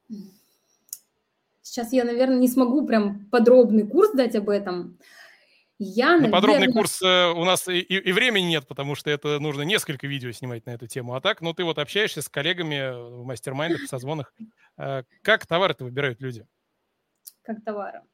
Сейчас я, наверное, не смогу прям подробный курс дать об этом. Подробный курс у нас и времени нет, потому что это нужно несколько видео снимать на эту тему. А так, ты вот общаешься с коллегами в мастер-майндах, в созвонах. Как товары-то выбирают люди? Как товары?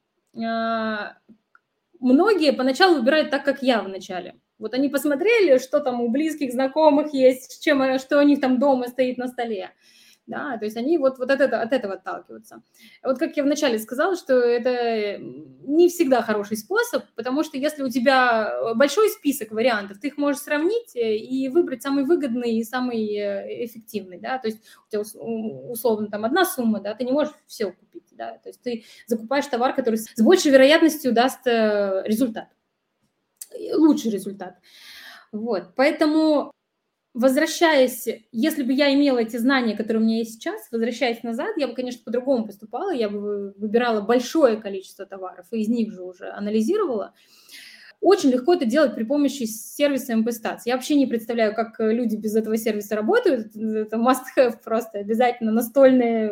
Многие поначалу выбирают так, как я вначале. Вот они посмотрели, что там у близких, знакомых есть, что у них там дома стоит на столе. Да, то есть они вот от этого отталкиваются. Вот как я вначале сказала, что это не всегда хороший способ, потому что если у тебя большой список вариантов, ты их можешь сравнить и выбрать самый выгодный и самый эффективный, да, то есть у тебя условно там одна сумма, да, ты не можешь все купить, да, то есть ты закупаешь товар, который с большей вероятностью даст результат, лучший результат. Вот, поэтому... Возвращаясь, если бы я имела эти знания, которые у меня есть сейчас, возвращаясь назад, я бы, конечно, по-другому поступала, я бы выбирала большое количество товаров и из них же уже анализировала. Очень легко это делать при помощи сервиса MP-Stats. Я вообще не представляю, как люди без этого сервиса работают. Это must-have просто обязательно настольный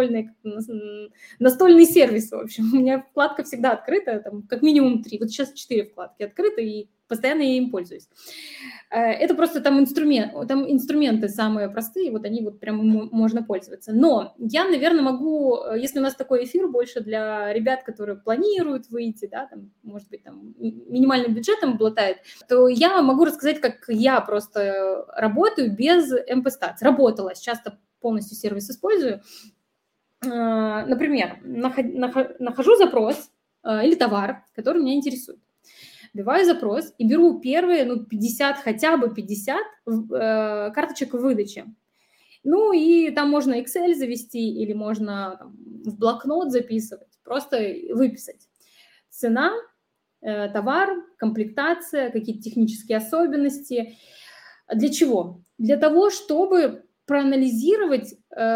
сервис, в общем. У меня вкладка всегда открыта, там как минимум 3. Вот сейчас 4 вкладки открыты, и постоянно я им пользуюсь. Это просто там инструменты самые простые, вот они вот прям можно пользоваться. Но я, наверное, могу, если у нас такой эфир больше для ребят, которые планируют выйти, да, там, может быть, там минимальным бюджетом обладает, то я могу рассказать, как я просто работаю без MP-Stats. Работала, сейчас полностью сервис использую. Например, нахожу запрос или товар, который меня интересует. Вбиваю запрос и беру первые, 50, хотя бы 50 карточек выдачи. И там можно Excel завести или можно в блокнот записывать, просто выписать. Цена, товар, комплектация, какие-то технические особенности. Для чего? Для того, чтобы проанализировать,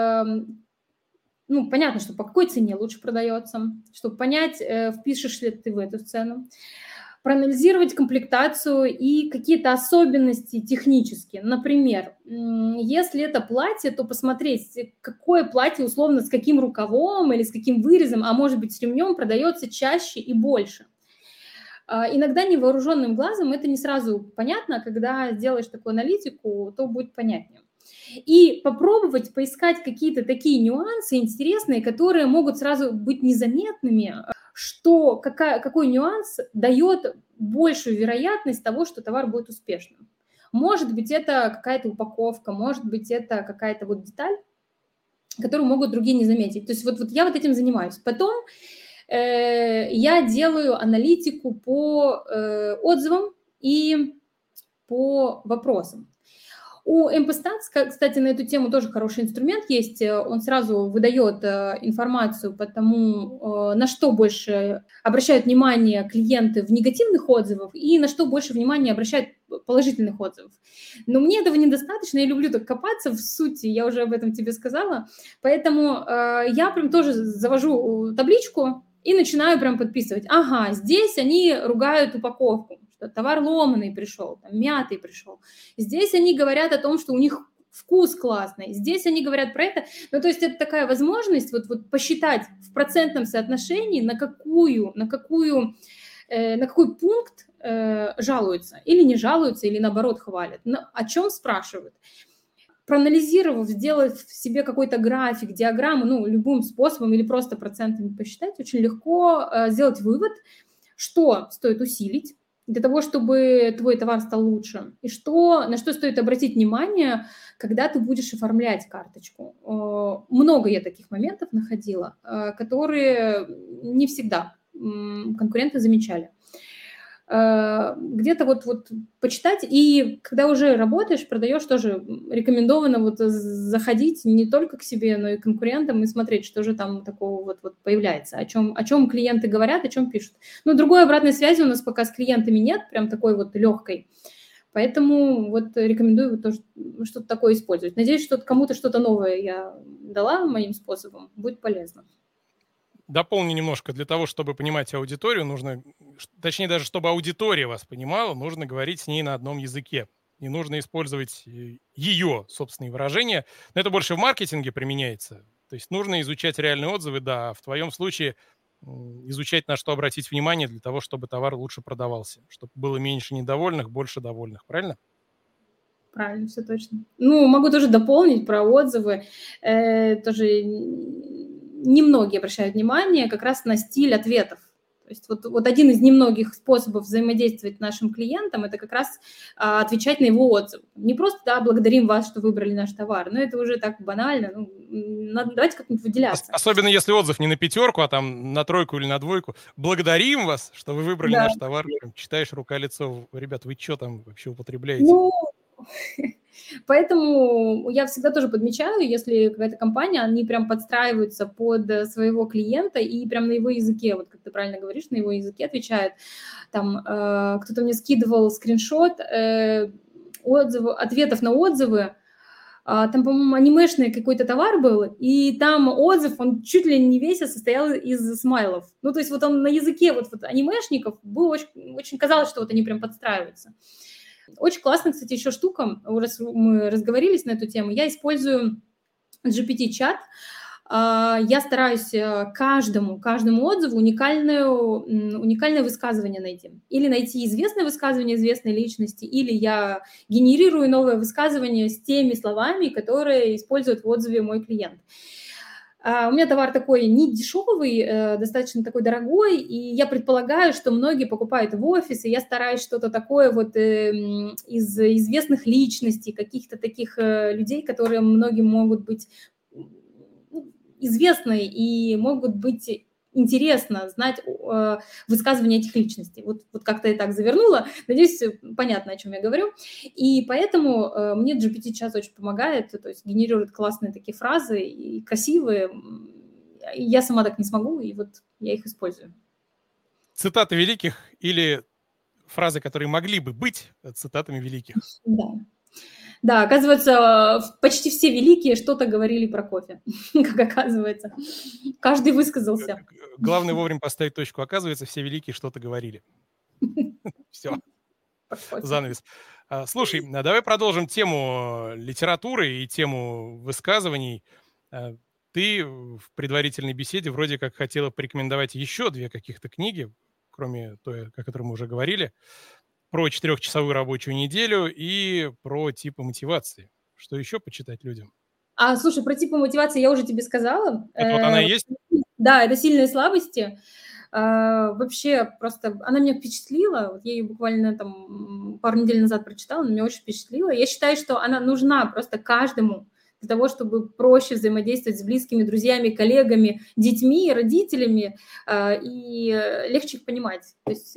понятно, что по какой цене лучше продается, чтобы понять, впишешь ли ты в эту цену. Проанализировать комплектацию и какие-то особенности технические. Например, если это платье, то посмотреть, какое платье условно с каким рукавом или с каким вырезом, а может быть с ремнем продается чаще и больше. Иногда невооруженным глазом это не сразу понятно, а когда сделаешь такую аналитику, то будет понятнее. И попробовать поискать какие-то такие нюансы интересные, которые могут сразу быть незаметными, какой нюанс дает большую вероятность того, что товар будет успешным. Может быть, это какая-то упаковка, может быть, это какая-то деталь, которую могут другие не заметить. То есть вот я этим занимаюсь. Потом я делаю аналитику по отзывам и по вопросам. У MP-Stats, кстати, на эту тему тоже хороший инструмент есть. Он сразу выдает информацию по тому, на что больше обращают внимание клиенты в негативных отзывах и на что больше внимания обращают положительных отзывов. Но мне этого недостаточно, я люблю так копаться в сути, я уже об этом тебе сказала. Поэтому я прям тоже завожу табличку и начинаю прям подписывать. Ага, здесь они ругают упаковку, что товар ломаный пришел, мятый пришел. Здесь они говорят о том, что у них вкус классный, здесь они говорят про это. Ну, то есть это такая возможность вот посчитать в процентном соотношении, на какой пункт жалуются, или не жалуются, или наоборот хвалят, о чем спрашивают. Проанализировав, сделав себе какой-то график, диаграмму, ну, любым способом или просто процентами посчитать, очень легко сделать вывод, что стоит усилить для того, чтобы твой товар стал лучше, и на что стоит обратить внимание, когда ты будешь оформлять карточку. Много я таких моментов находила, которые не всегда конкуренты замечали. Где-то вот почитать, и когда уже работаешь, продаешь, тоже рекомендовано вот заходить не только к себе, но и к конкурентам и смотреть, что же там такого вот появляется, о чем клиенты говорят, о чем пишут. Но другой обратной связи у нас пока с клиентами нет, прям такой вот легкой, поэтому вот рекомендую вот тоже что-то такое использовать. Надеюсь, что кому-то что-то новое я дала моим способом, будет полезно. Дополню немножко. Для того, чтобы понимать аудиторию, нужно, точнее даже, чтобы аудитория вас понимала, нужно говорить с ней на одном языке. Не нужно использовать ее собственные выражения. Но это больше в маркетинге применяется. То есть нужно изучать реальные отзывы, да, а в твоем случае изучать, на что обратить внимание для того, чтобы товар лучше продавался, чтобы было меньше недовольных, больше довольных. Правильно? Правильно, все точно. Ну, могу тоже дополнить про отзывы. Тоже немногие обращают внимание как раз на стиль ответов. То есть вот один из немногих способов взаимодействовать с нашим клиентом – это как раз отвечать на его отзыв. Не просто, да, благодарим вас, что выбрали наш товар, но это уже так банально. Ну, давайте как-нибудь выделяться. Особенно если отзыв не на 5, а там на 3 или на 2. Благодарим вас, что вы выбрали наш товар. Читаешь рука-лицо. Ребят, вы что там вообще употребляете? Ну, поэтому я всегда тоже подмечаю, если какая-то компания, они прям подстраиваются под своего клиента и прям на его языке, вот как ты правильно говоришь, на его языке отвечают. Там кто-то мне скидывал скриншот ответов на отзывы. Там, по-моему, анимешный какой-то товар был, и там отзыв, он чуть ли не весь состоял из смайлов. Ну, то есть вот он на языке вот анимешников был очень казалось, что вот они прям подстраиваются. Очень классная, кстати, еще штука, раз мы разговорились на эту тему, я использую GPT-чат, я стараюсь каждому отзыву уникальное высказывание найти. Или найти известное высказывание известной личности, или я генерирую новое высказывание с теми словами, которые использует в отзыве мой клиент. У меня товар такой не дешевый, достаточно такой дорогой, и я предполагаю, что многие покупают в офис, и я стараюсь что-то такое вот из известных личностей, каких-то таких людей, которые многим могут быть известны и могут быть интересно знать высказывания этих личностей. Вот как-то я так завернула. Надеюсь, понятно, о чем я говорю. И поэтому мне GPT-чат очень помогает, то есть генерирует классные такие фразы и красивые. Я сама так не смогу, и вот я их использую. Цитаты великих или фразы, которые могли бы быть цитатами великих? Да. Да, оказывается, почти все великие что-то говорили про кофе, как оказывается. Каждый высказался. Главное вовремя поставить точку. Оказывается, все великие что-то говорили. Все. Занавес. Слушай, давай продолжим тему литературы и тему высказываний. Ты в предварительной беседе вроде как хотела порекомендовать еще 2 каких-то книги, кроме той, о которой мы уже говорили, про 4-часовую рабочую неделю и про типы мотивации. Что еще почитать людям? Слушай, про типы мотивации я уже тебе сказала. Это вот она и есть? Да, это сильные слабости. Вообще просто она меня впечатлила. Вот я ее буквально там пару недель назад прочитала, она меня очень впечатлила. Я считаю, что она нужна просто каждому для того, чтобы проще взаимодействовать с близкими, друзьями, коллегами, детьми, родителями и легче их понимать. То есть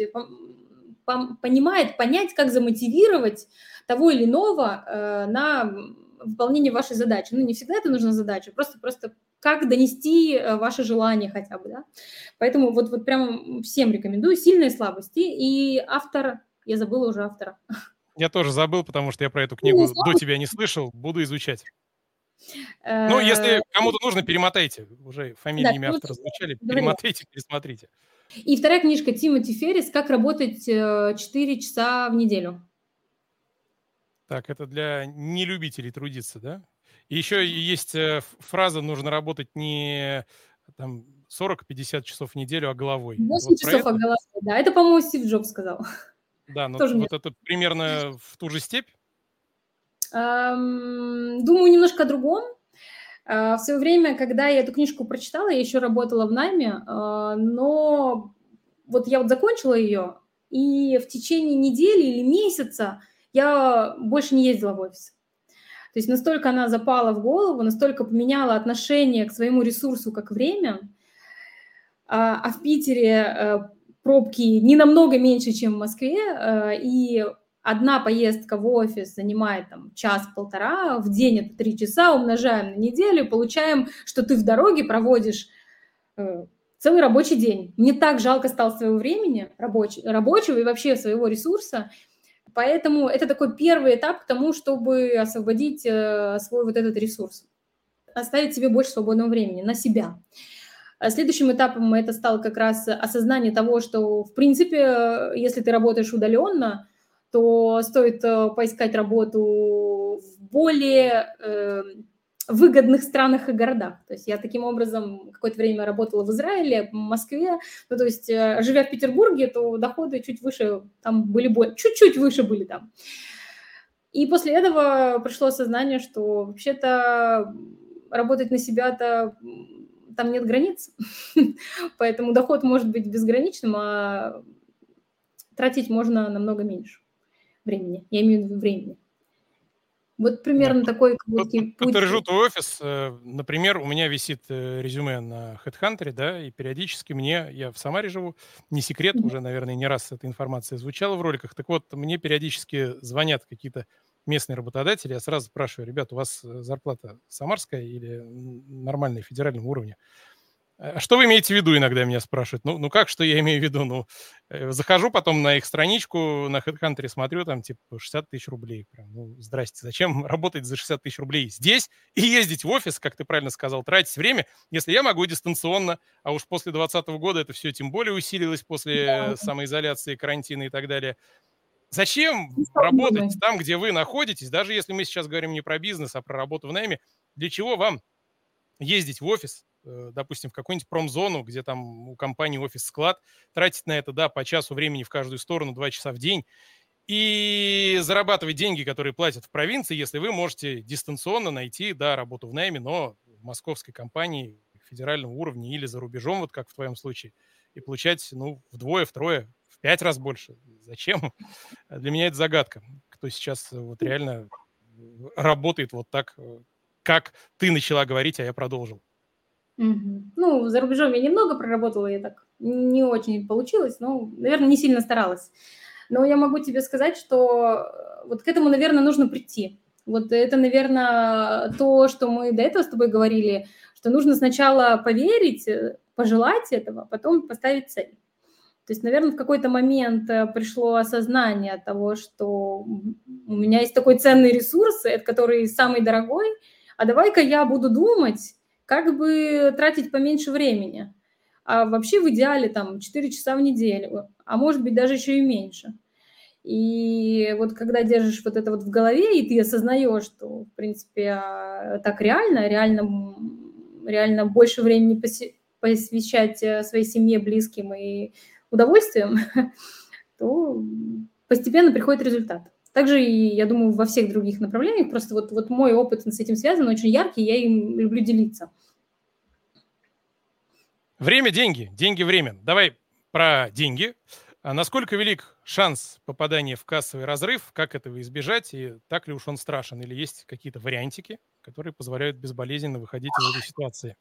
понять, как замотивировать того или иного на выполнение вашей задачи. Ну, не всегда это нужна задача, просто как донести ваше желание хотя бы, да. Поэтому вот прямо всем рекомендую. Сильные слабости. И автор, я забыла уже автора. Я тоже забыл, потому что я про эту книгу до тебя не слышал. Буду изучать. Ну, если кому-то нужно, перемотайте. Уже фамилия, имя автора звучали. Перемотайте, пересмотрите. И вторая книжка Тимоти Феррис «Как работать 4 часа в неделю». Так, это для нелюбителей трудиться, да? И еще есть фраза: нужно работать не там 40-50 часов в неделю, а головой. Это 8 вот про часов это? головой, да. Это, по-моему, Стив Джобс сказал. Да, ну Тоже мне. вот это примерно в ту же степь? Думаю, немножко о другом. В свое время, когда я эту книжку прочитала, я еще работала в найме, но вот я вот закончила ее, и в течение недели или месяца я больше не ездила в офис. То есть настолько она запала в голову, настолько поменяла отношение к своему ресурсу, как время. А в Питере пробки не намного меньше, чем в Москве, и одна поездка в офис занимает там час-полтора, в день это 3 часа, умножаем на неделю, получаем, что ты в дороге проводишь целый рабочий день. Мне так жалко стало своего времени рабочего и вообще своего ресурса, поэтому это такой первый этап к тому, чтобы освободить свой вот этот ресурс, оставить себе больше свободного времени на себя. Следующим этапом это стало как раз осознание того, что, в принципе, если ты работаешь удаленно, то стоит поискать работу в более выгодных странах и городах. То есть я таким образом какое-то время работала в Израиле, в Москве. Ну, то есть, живя в Петербурге, то доходы чуть выше там были, чуть-чуть выше были там. И после этого пришло осознание, что вообще-то работать на себя-то там нет границ, поэтому доход может быть безграничным, а тратить можно намного меньше времени. Я имею в виду времени. Вот Да. примерно такой короткий путь. Подтвержу твой офис. Например, у меня висит резюме на HeadHunter, да, и периодически я в Самаре живу, не секрет, уже, наверное, не раз эта информация звучала в роликах. Так вот, мне периодически звонят какие-то местные работодатели, я сразу спрашиваю: ребят, у вас зарплата самарская или нормальная, федерального уровня? А что вы имеете в виду, иногда меня спрашивают. Ну как, что я имею в виду? Захожу потом на их страничку, на HeadHunter, смотрю, там, типа, 60 тысяч рублей. Прям, здрасте, зачем работать за 60 тысяч рублей здесь и ездить в офис, как ты правильно сказал, тратить время, если я могу дистанционно, а уж после 2020 года это все тем более усилилось после Да, самоизоляции, карантина и так далее. Зачем не стало работать удобно. там, где вы находитесь, даже если мы сейчас говорим не про бизнес, а про работу в найме, для чего вам ездить в офис, допустим, в какую-нибудь промзону, где там у компании офис-склад, тратить на это, да, по часу времени в каждую сторону, 2 часа в день, и зарабатывать деньги, которые платят в провинции, если вы можете дистанционно найти, да, работу в найме, но в московской компании федерального уровня или за рубежом, вот как в твоем случае, и получать, вдвое, втрое, в 5 раз больше. Зачем? Для меня это загадка. Кто сейчас вот реально работает вот так, как ты начала говорить, а я продолжил. Мгм. Ну, за рубежом я немного проработала, я так не очень получилось, но, наверное, не сильно старалась. Но я могу тебе сказать, что вот к этому, наверное, нужно прийти. Вот это, наверное, то, что мы до этого с тобой говорили, что нужно сначала поверить, пожелать этого, а потом поставить цель. То есть, наверное, в какой-то момент пришло осознание того, что у меня есть такой ценный ресурс, который самый дорогой, а давай-ка я буду думать, как бы тратить поменьше времени. А вообще в идеале там 4 часа в неделю, а может быть даже еще и меньше. И вот когда держишь вот это вот в голове, и ты осознаешь, что, в принципе, так реально больше времени посвящать своей семье, близким и удовольствием, то постепенно приходит результат. Также и, я думаю, во всех других направлениях. Просто вот мой опыт с этим связан, очень яркий, я им люблю делиться. Время – деньги, деньги – время. Давай про деньги. А насколько велик шанс попадания в кассовый разрыв, как этого избежать, и так ли уж он страшен, или есть какие-то вариантики, которые позволяют безболезненно выходить из этой ситуации?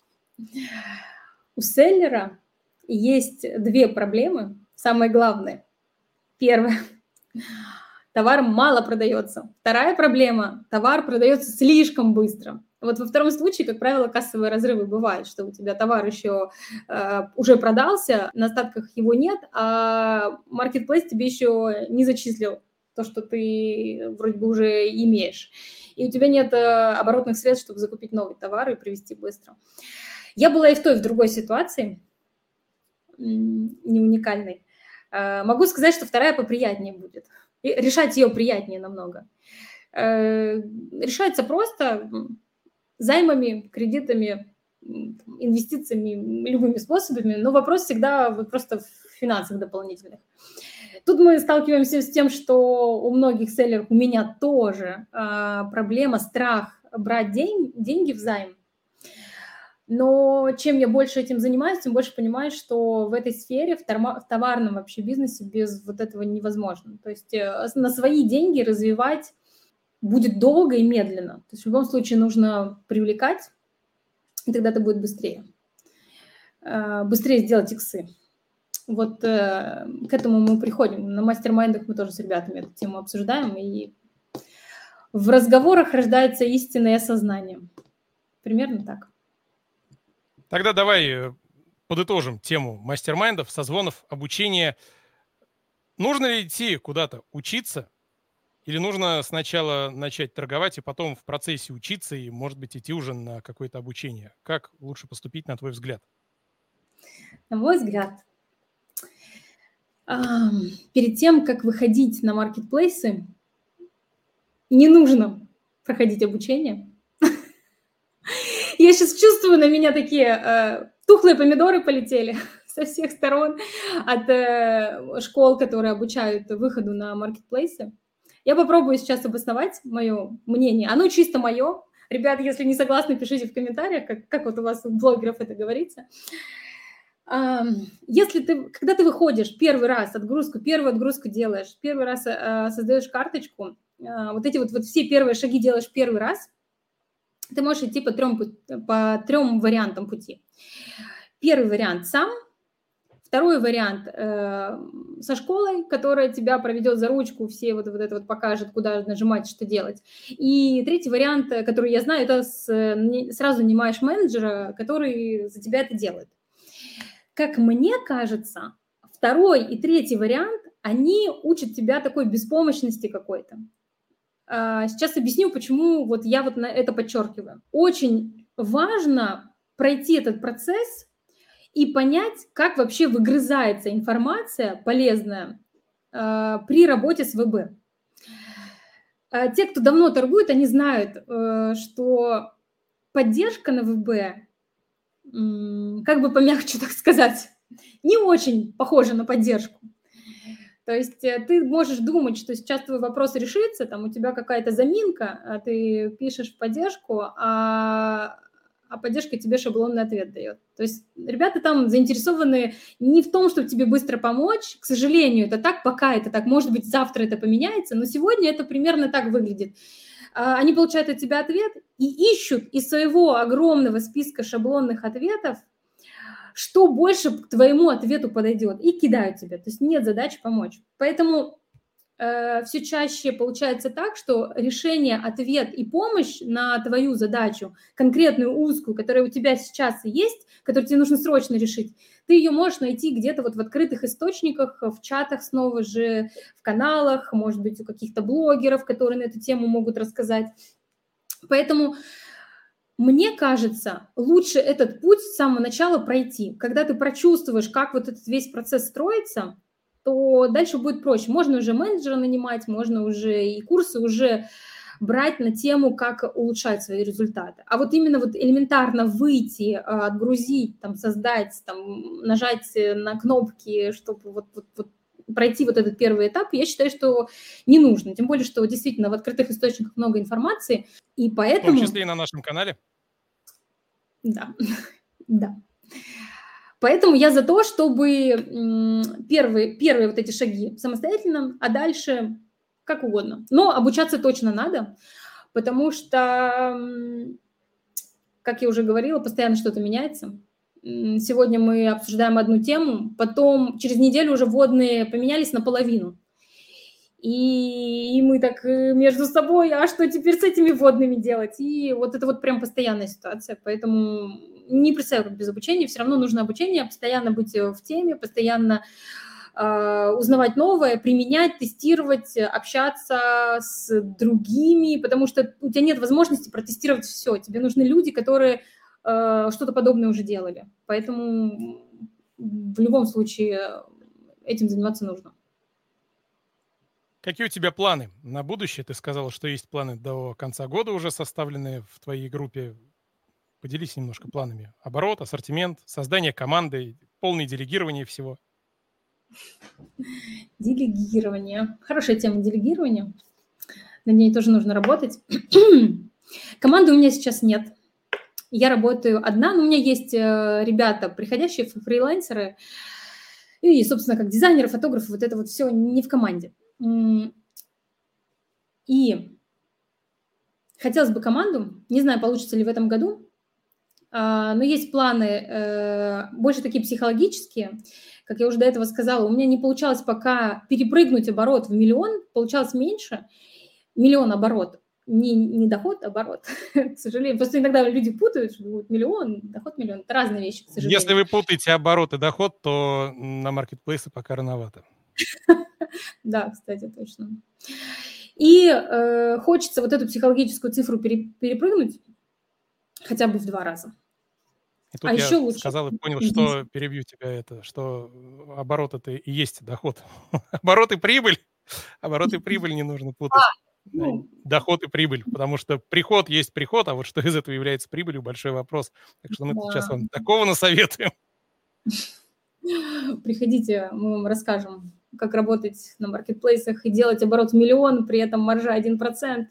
У селлера есть две проблемы, самые главные. Первая – товар мало продается. Вторая проблема – товар продается слишком быстро. Вот во втором случае, как правило, кассовые разрывы бывают, что у тебя товар еще уже продался, на остатках его нет, а маркетплейс тебе еще не зачислил то, что ты вроде бы уже имеешь. И у тебя нет оборотных средств, чтобы закупить новый товар и привезти быстро. Я была и в той, и в другой ситуации, не уникальной. Могу сказать, что вторая поприятнее будет. И решать ее приятнее намного. Решается просто займами, кредитами, инвестициями, любыми способами, но вопрос всегда вот просто в финансах дополнительных. Тут мы сталкиваемся с тем, что у многих селлеров, у меня тоже проблема, страх брать деньги взаймы. Но чем я больше этим занимаюсь, тем больше понимаю, что в этой сфере, в товарном вообще бизнесе без вот этого невозможно. То есть на свои деньги развивать будет долго и медленно. То есть в любом случае нужно привлекать, и тогда это будет быстрее. Быстрее сделать иксы. Вот к этому мы приходим. На мастер-майндах мы тоже с ребятами эту тему обсуждаем, и в разговорах рождается истинное осознание. Примерно так. Тогда давай подытожим тему мастер-майндов, созвонов, обучения. Нужно ли идти куда-то учиться? Или нужно сначала начать торговать и потом в процессе учиться и, может быть, идти уже на какое-то обучение? Как лучше поступить, на твой взгляд? На мой взгляд, перед тем, как выходить на маркетплейсы, не нужно проходить обучение. Я сейчас чувствую, на меня такие тухлые помидоры полетели со всех сторон от школ, которые обучают выходу на маркетплейсы. Я попробую сейчас обосновать мое мнение. Оно чисто мое. Ребята, если не согласны, пишите в комментариях, как вот у вас у блогеров это говорится. Когда ты выходишь первый раз первую отгрузку делаешь, первый раз создаешь карточку, вот эти вот все первые шаги делаешь первый раз, ты можешь идти по трем вариантам пути. Первый вариант сам, второй вариант со школой, которая тебя проведет за ручку, все вот это вот покажет, куда нажимать, что делать. И третий вариант, который я знаю, это сразу нанимаешь менеджера, который за тебя это делает. Как мне кажется, второй и третий вариант, они учат тебя такой беспомощности какой-то. Сейчас объясню, почему вот я вот на это подчеркиваю. Очень важно пройти этот процесс и понять, как вообще выгрызается информация полезная при работе с ВБ. Те, кто давно торгует, они знают, что поддержка на ВБ, как бы помягче так сказать, не очень похожа на поддержку. То есть ты можешь думать, что сейчас твой вопрос решится, там у тебя какая-то заминка, ты пишешь в поддержку, а поддержка тебе шаблонный ответ дает. То есть ребята там заинтересованы не в том, чтобы тебе быстро помочь. К сожалению, это так, пока это так. Может быть, завтра это поменяется, но сегодня это примерно так выглядит. Они получают от тебя ответ и ищут из своего огромного списка шаблонных ответов, что больше к твоему ответу подойдет, и кидают тебе. То есть нет задачи помочь. Поэтому все чаще получается так, что решение, ответ и помощь на твою задачу, конкретную узкую, которая у тебя сейчас есть, которую тебе нужно срочно решить, ты ее можешь найти где-то вот в открытых источниках, в чатах снова же, в каналах, может быть, у каких-то блогеров, которые на эту тему могут рассказать. Поэтому мне кажется, лучше этот путь с самого начала пройти. Когда ты прочувствуешь, как вот этот весь процесс строится, то дальше будет проще. Можно уже менеджера нанимать, можно уже и курсы уже брать на тему, как улучшать свои результаты. А вот именно вот элементарно выйти, отгрузить, там, создать, там, нажать на кнопки, чтобы вот пройти вот этот первый этап, я считаю, что не нужно. Тем более, что действительно в открытых источниках много информации, и поэтому... В том числе и на нашем канале. Да, да. Поэтому я за то, чтобы первые вот эти шаги самостоятельно, а дальше как угодно. Но обучаться точно надо, потому что, как я уже говорила, постоянно что-то меняется. Сегодня мы обсуждаем одну тему, потом через неделю уже вводные поменялись наполовину. И мы так между собой, а что теперь с этими вводными делать? И вот это вот прям постоянная ситуация. Поэтому не представляю, как без обучения. Все равно нужно обучение, постоянно быть в теме, постоянно узнавать новое, применять, тестировать, общаться с другими, потому что у тебя нет возможности протестировать все. Тебе нужны люди, которые что-то подобное уже делали. Поэтому в любом случае этим заниматься нужно. Какие у тебя планы на будущее? Ты сказала, что есть планы до конца года уже составленные в твоей группе. Поделись немножко планами. Оборот, ассортимент, создание команды, полное делегирование всего. Делегирование. Хорошая тема делегирования. Над ней тоже нужно работать. Команды у меня сейчас нет. Я работаю одна, но у меня есть ребята, приходящие фрилансеры, и, собственно, как дизайнеры, фотографы, вот это вот все не в команде. И хотелось бы команду, не знаю, получится ли в этом году, но есть планы больше такие психологические. Как я уже до этого сказала, у меня не получалось пока перепрыгнуть оборот в 1 миллион, получалось меньше. 1 миллион оборот, не доход, оборот, к сожалению. Просто иногда люди путают, что вот миллион, доход миллион. Это разные вещи, к сожалению. Если вы путаете оборот и доход, то на маркетплейсы пока рановато. Да, кстати, точно. И хочется вот эту психологическую цифру перепрыгнуть хотя бы в 2 раза. И тут А я еще лучше. сказал и понял, что перебью тебя это, что оборот это и есть доход. Оборот и прибыль. Оборот и прибыль не нужно путать. Доход и прибыль, потому что приход есть приход, а вот что из этого является прибылью, большой вопрос. Так что мы сейчас вам такого насоветуем. Приходите, мы вам расскажем, как работать на маркетплейсах и делать оборот в 1 миллион, при этом маржа 1%.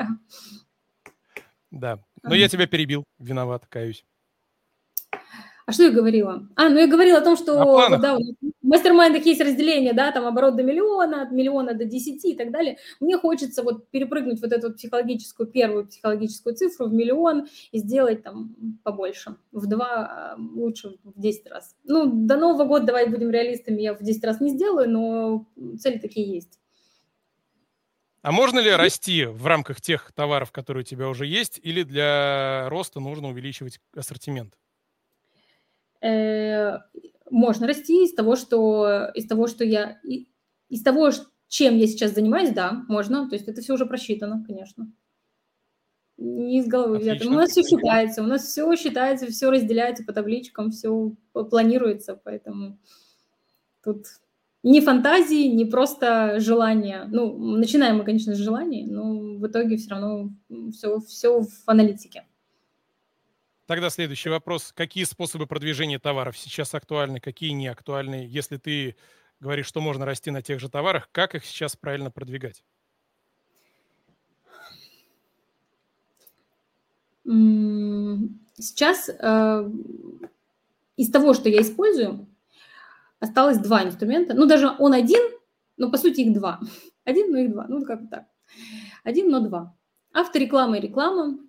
Да, но я тебя перебил, виноват, каюсь. А что я говорила? Я говорила о том, что да, в мастер-майндах есть разделение, да, там оборот до 1 миллиона, от 1 миллиона до 10 и так далее. Мне хочется вот перепрыгнуть вот эту вот первую психологическую цифру в 1 миллион и сделать там побольше, в 2, лучше в 10 раз. До Нового года, давай будем реалистами, я в 10 раз не сделаю, но цели такие есть. А можно ли расти в рамках тех товаров, которые у тебя уже есть, или для роста нужно увеличивать ассортимент? Можно расти из того, чем я сейчас занимаюсь, да, можно. То есть это все уже просчитано, конечно. Не из головы взято. У нас все считается, все разделяется по табличкам, все планируется, поэтому тут ни фантазии, ни просто желания. Начинаем мы, конечно, с желаний, но в итоге все равно все в аналитике. Тогда следующий вопрос. Какие способы продвижения товаров сейчас актуальны, какие не актуальны? Если ты говоришь, что можно расти на тех же товарах, как их сейчас правильно продвигать? Сейчас из того, что я использую, осталось 2 инструмента. Даже он один, но по сути их 2. Один, но их 2. Как так. 1, но 2. Автореклама и реклама.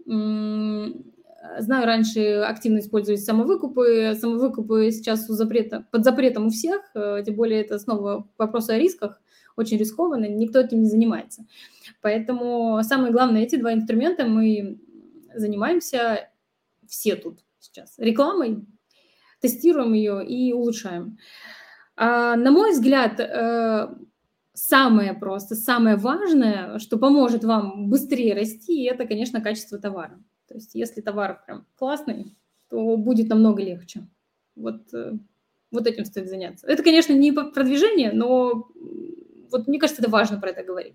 Знаю, раньше активно использовались самовыкупы. Самовыкупы сейчас под запретом у всех, тем более это снова к вопросу о рисках, очень рискованно, никто этим не занимается. Поэтому самое главное, эти 2 инструмента мы занимаемся все тут сейчас. Рекламой, тестируем ее и улучшаем. На мой взгляд, самое важное, что поможет вам быстрее расти, это, конечно, качество товара. То есть если товар прям классный, то будет намного легче. Вот этим стоит заняться. Это, конечно, не продвижение, но мне кажется, это важно про это говорить.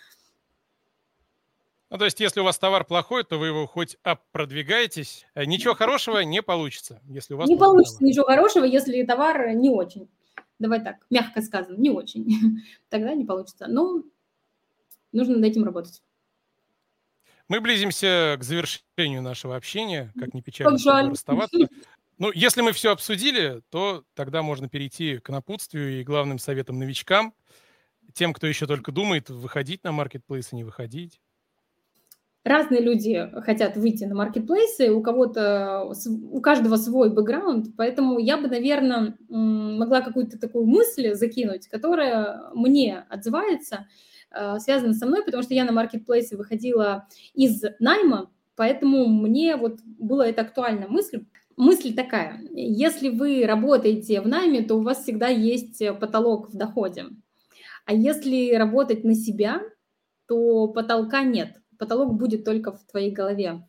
То есть если у вас товар плохой, то вы его хоть продвигаетесь, ничего хорошего не получится. Если у вас не получится ничего хорошего, если товар не очень. Давай так, мягко сказано, не очень. Тогда не получится. Но нужно над этим работать. Мы близимся к завершению нашего общения, как ни печально с тобой расставаться. Если мы все обсудили, то тогда можно перейти к напутствию и главным советам новичкам, тем, кто еще только думает, выходить на маркетплейсы, не выходить. Разные люди хотят выйти на маркетплейсы, у каждого свой бэкграунд, поэтому я бы, наверное, могла какую-то такую мысль закинуть, которая мне отзывается, связана со мной, потому что я на маркетплейсы выходила из найма, поэтому мне была эта актуальная мысль. Мысль такая: если вы работаете в найме, то у вас всегда есть потолок в доходе, а если работать на себя, то потолка нет. Потолок будет только в твоей голове.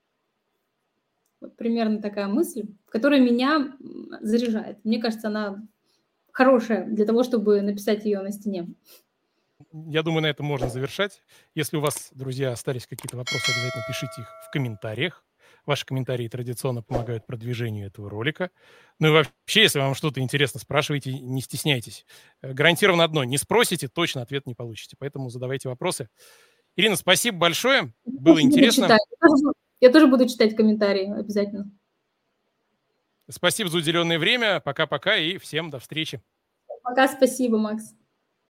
Примерно такая мысль, которая меня заряжает. Мне кажется, она хорошая для того, чтобы написать ее на стене. Я думаю, на этом можно завершать. Если у вас, друзья, остались какие-то вопросы, обязательно пишите их в комментариях. Ваши комментарии традиционно помогают продвижению этого ролика. Ну и вообще, если вам что-то интересно, спрашивайте, не стесняйтесь. Гарантированно одно, не спросите, точно ответ не получите. Поэтому задавайте вопросы. Ирина, спасибо большое. Было интересно. Я тоже буду читать комментарии обязательно. Спасибо за уделенное время. Пока-пока и всем до встречи. Пока, спасибо, Макс.